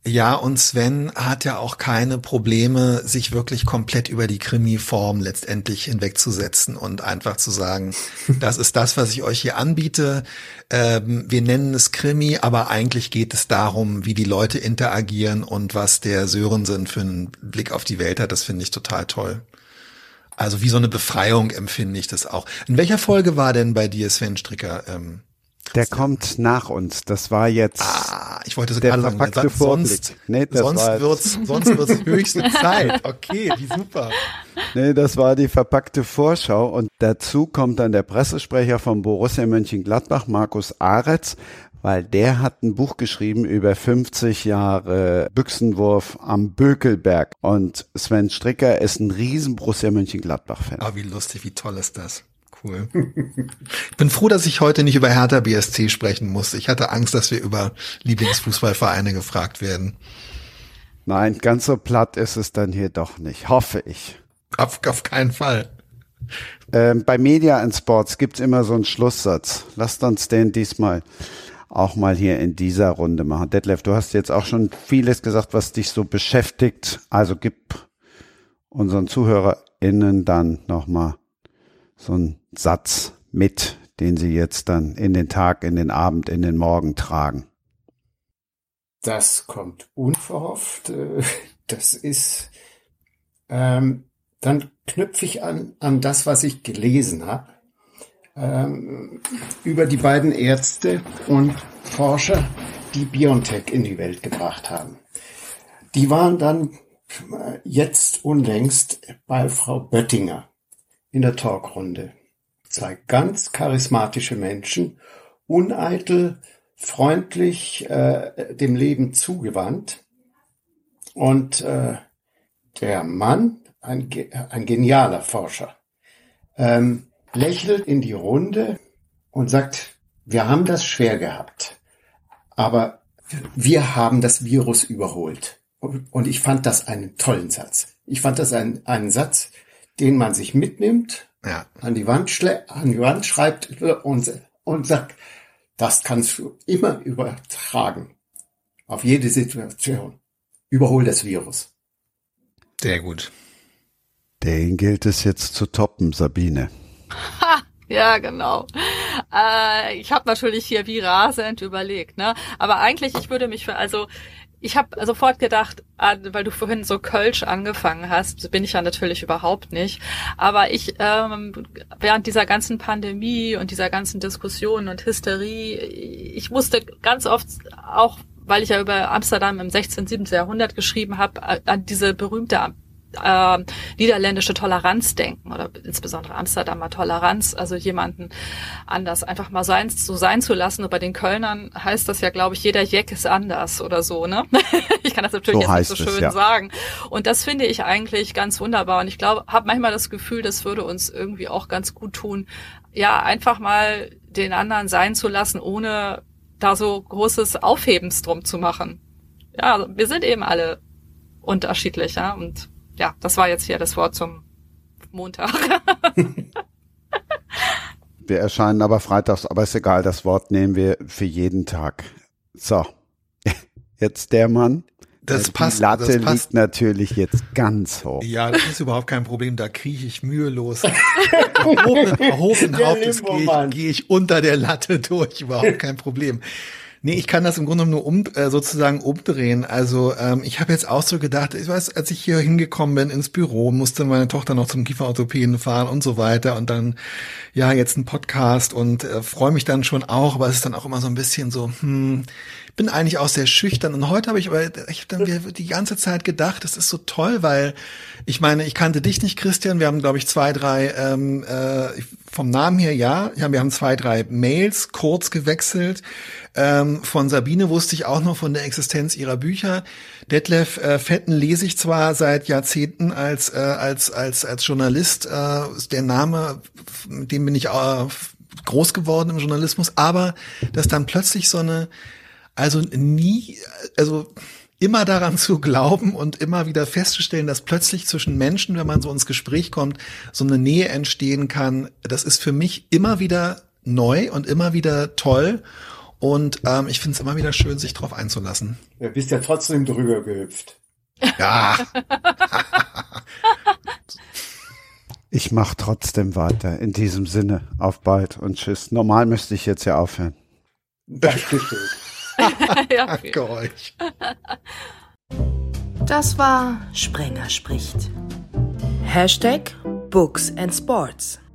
Ja, und Sven hat ja auch keine Probleme, sich wirklich komplett über die Krimi-Form letztendlich hinwegzusetzen und einfach zu sagen, das ist das, was ich euch hier anbiete. Ähm, wir nennen es Krimi, aber eigentlich geht es darum, wie die Leute interagieren und was der Sörensen für einen Blick auf die Welt hat. Das finde ich total toll. Also wie so eine Befreiung empfinde ich das auch. In welcher Folge war denn bei dir Sven Stricker? Ähm, Der kommt nach uns. Das war jetzt. Ah, ich wollte so der gerade sagen, verpackte sonst, nee, das sonst war wird's, sonst wird's höchste Zeit. Okay, wie super. Nee, das war die verpackte Vorschau. Und dazu kommt dann der Pressesprecher von Borussia Mönchengladbach, Markus Aretz, weil der hat ein Buch geschrieben über fünfzig Jahre Büchsenwurf am Bökelberg. Und Sven Stricker ist ein riesen Borussia Mönchengladbach-Fan. Ah, wie lustig, wie toll ist das? Cool. Ich bin froh, dass ich heute nicht über Hertha B S C sprechen muss. Ich hatte Angst, dass wir über Lieblingsfußballvereine gefragt werden. Nein, ganz so platt ist es dann hier doch nicht, hoffe ich. Auf, auf keinen Fall. Ähm, bei Media and Sports gibt's immer so einen Schlusssatz. Lasst uns den diesmal auch mal hier in dieser Runde machen. Detlef, du hast jetzt auch schon vieles gesagt, was dich so beschäftigt. Also gib unseren ZuhörerInnen dann nochmal so einen Satz mit, den sie jetzt dann in den Tag, in den Abend, in den Morgen tragen. Das kommt unverhofft. Das ist, ähm, dann knüpfe ich an, an das, was ich gelesen habe, ähm, über die beiden Ärzte und Forscher, die BioNTech in die Welt gebracht haben. Die waren dann jetzt unlängst bei Frau Böttinger in der Talkrunde. Zwei ganz charismatische Menschen, uneitel, freundlich, äh, dem Leben zugewandt. Und äh, der Mann, ein, ein genialer Forscher, ähm, lächelt in die Runde und sagt, wir haben das schwer gehabt, aber wir haben das Virus überholt. Und ich fand das einen tollen Satz. Ich fand das einen, einen Satz, den man sich mitnimmt, ja. an die Wand schlä- an die Wand schreibt und, und sagt, das kannst du immer übertragen. Auf jede Situation. Überhol das Virus. Sehr gut. Den gilt es jetzt zu toppen, Sabine. Ha! Ja, genau. Äh, ich habe natürlich hier wie rasend überlegt, ne? Aber eigentlich, ich würde mich für, also ich habe sofort gedacht, weil du vorhin so Kölsch angefangen hast, bin ich ja natürlich überhaupt nicht. Aber ich, ähm, während dieser ganzen Pandemie und dieser ganzen Diskussion und Hysterie, ich wusste ganz oft auch, weil ich ja über Amsterdam im sechzehnten, siebzehnten Jahrhundert geschrieben habe, an diese berühmte äh, niederländische Toleranz denken oder insbesondere Amsterdamer Toleranz, also jemanden anders einfach mal sein, so sein zu lassen. Und bei den Kölnern heißt das ja, glaube ich, jeder Jeck ist anders oder so, ne? Ich kann das natürlich so jetzt nicht so es, schön ja. sagen. Und das finde ich eigentlich ganz wunderbar. Und ich glaube, habe manchmal das Gefühl, das würde uns irgendwie auch ganz gut tun, ja, einfach mal den anderen sein zu lassen, ohne da so großes Aufhebens drum zu machen. Ja, wir sind eben alle unterschiedlich, ja, und ja, das war jetzt hier das Wort zum Montag. Wir erscheinen aber freitags, aber ist egal, das Wort nehmen wir für jeden Tag. So, jetzt der Mann. Das Die passt. Latte das passt. liegt natürlich jetzt ganz hoch. Ja, das ist überhaupt kein Problem. Da krieche ich mühelos. Erhobenen, erhobenen Hauptes gehe ich, geh ich unter der Latte durch. Überhaupt kein Problem. Nee, ich kann das im Grunde nur um, äh, sozusagen umdrehen. Also ähm, ich habe jetzt auch so gedacht, ich weiß, als ich hier hingekommen bin ins Büro, musste meine Tochter noch zum Kieferorthopäden fahren und so weiter und dann, ja, jetzt ein Podcast und äh, freue mich dann schon auch, aber es ist dann auch immer so ein bisschen so, hm, bin eigentlich auch sehr schüchtern und heute habe ich aber, ich habe dann die ganze Zeit gedacht, das ist so toll, weil ich meine, ich kannte dich nicht, Christian, wir haben, glaube ich, zwei, drei, ähm, äh, vom Namen her, ja, ja, wir haben zwei, drei Mails kurz gewechselt. Ähm, von Sabine wusste ich auch noch von der Existenz ihrer Bücher. Detlef äh, Fetten lese ich zwar seit Jahrzehnten als äh, als als als Journalist. Äh, ist der Name, mit dem bin ich äh, groß geworden im Journalismus. Aber dass dann plötzlich so eine, also nie, also immer daran zu glauben und immer wieder festzustellen, dass plötzlich zwischen Menschen, wenn man so ins Gespräch kommt, so eine Nähe entstehen kann. Das ist für mich immer wieder neu und immer wieder toll. Und ähm, ich finde es immer wieder schön, sich drauf einzulassen. Du bist ja trotzdem drüber gehüpft. Ja. Ich mache trotzdem weiter. In diesem Sinne, auf bald und tschüss. Normal müsste ich jetzt ja aufhören. Dankeschön. Ja, Danke euch. Das war Sprenger spricht. Hashtag Books and Sports.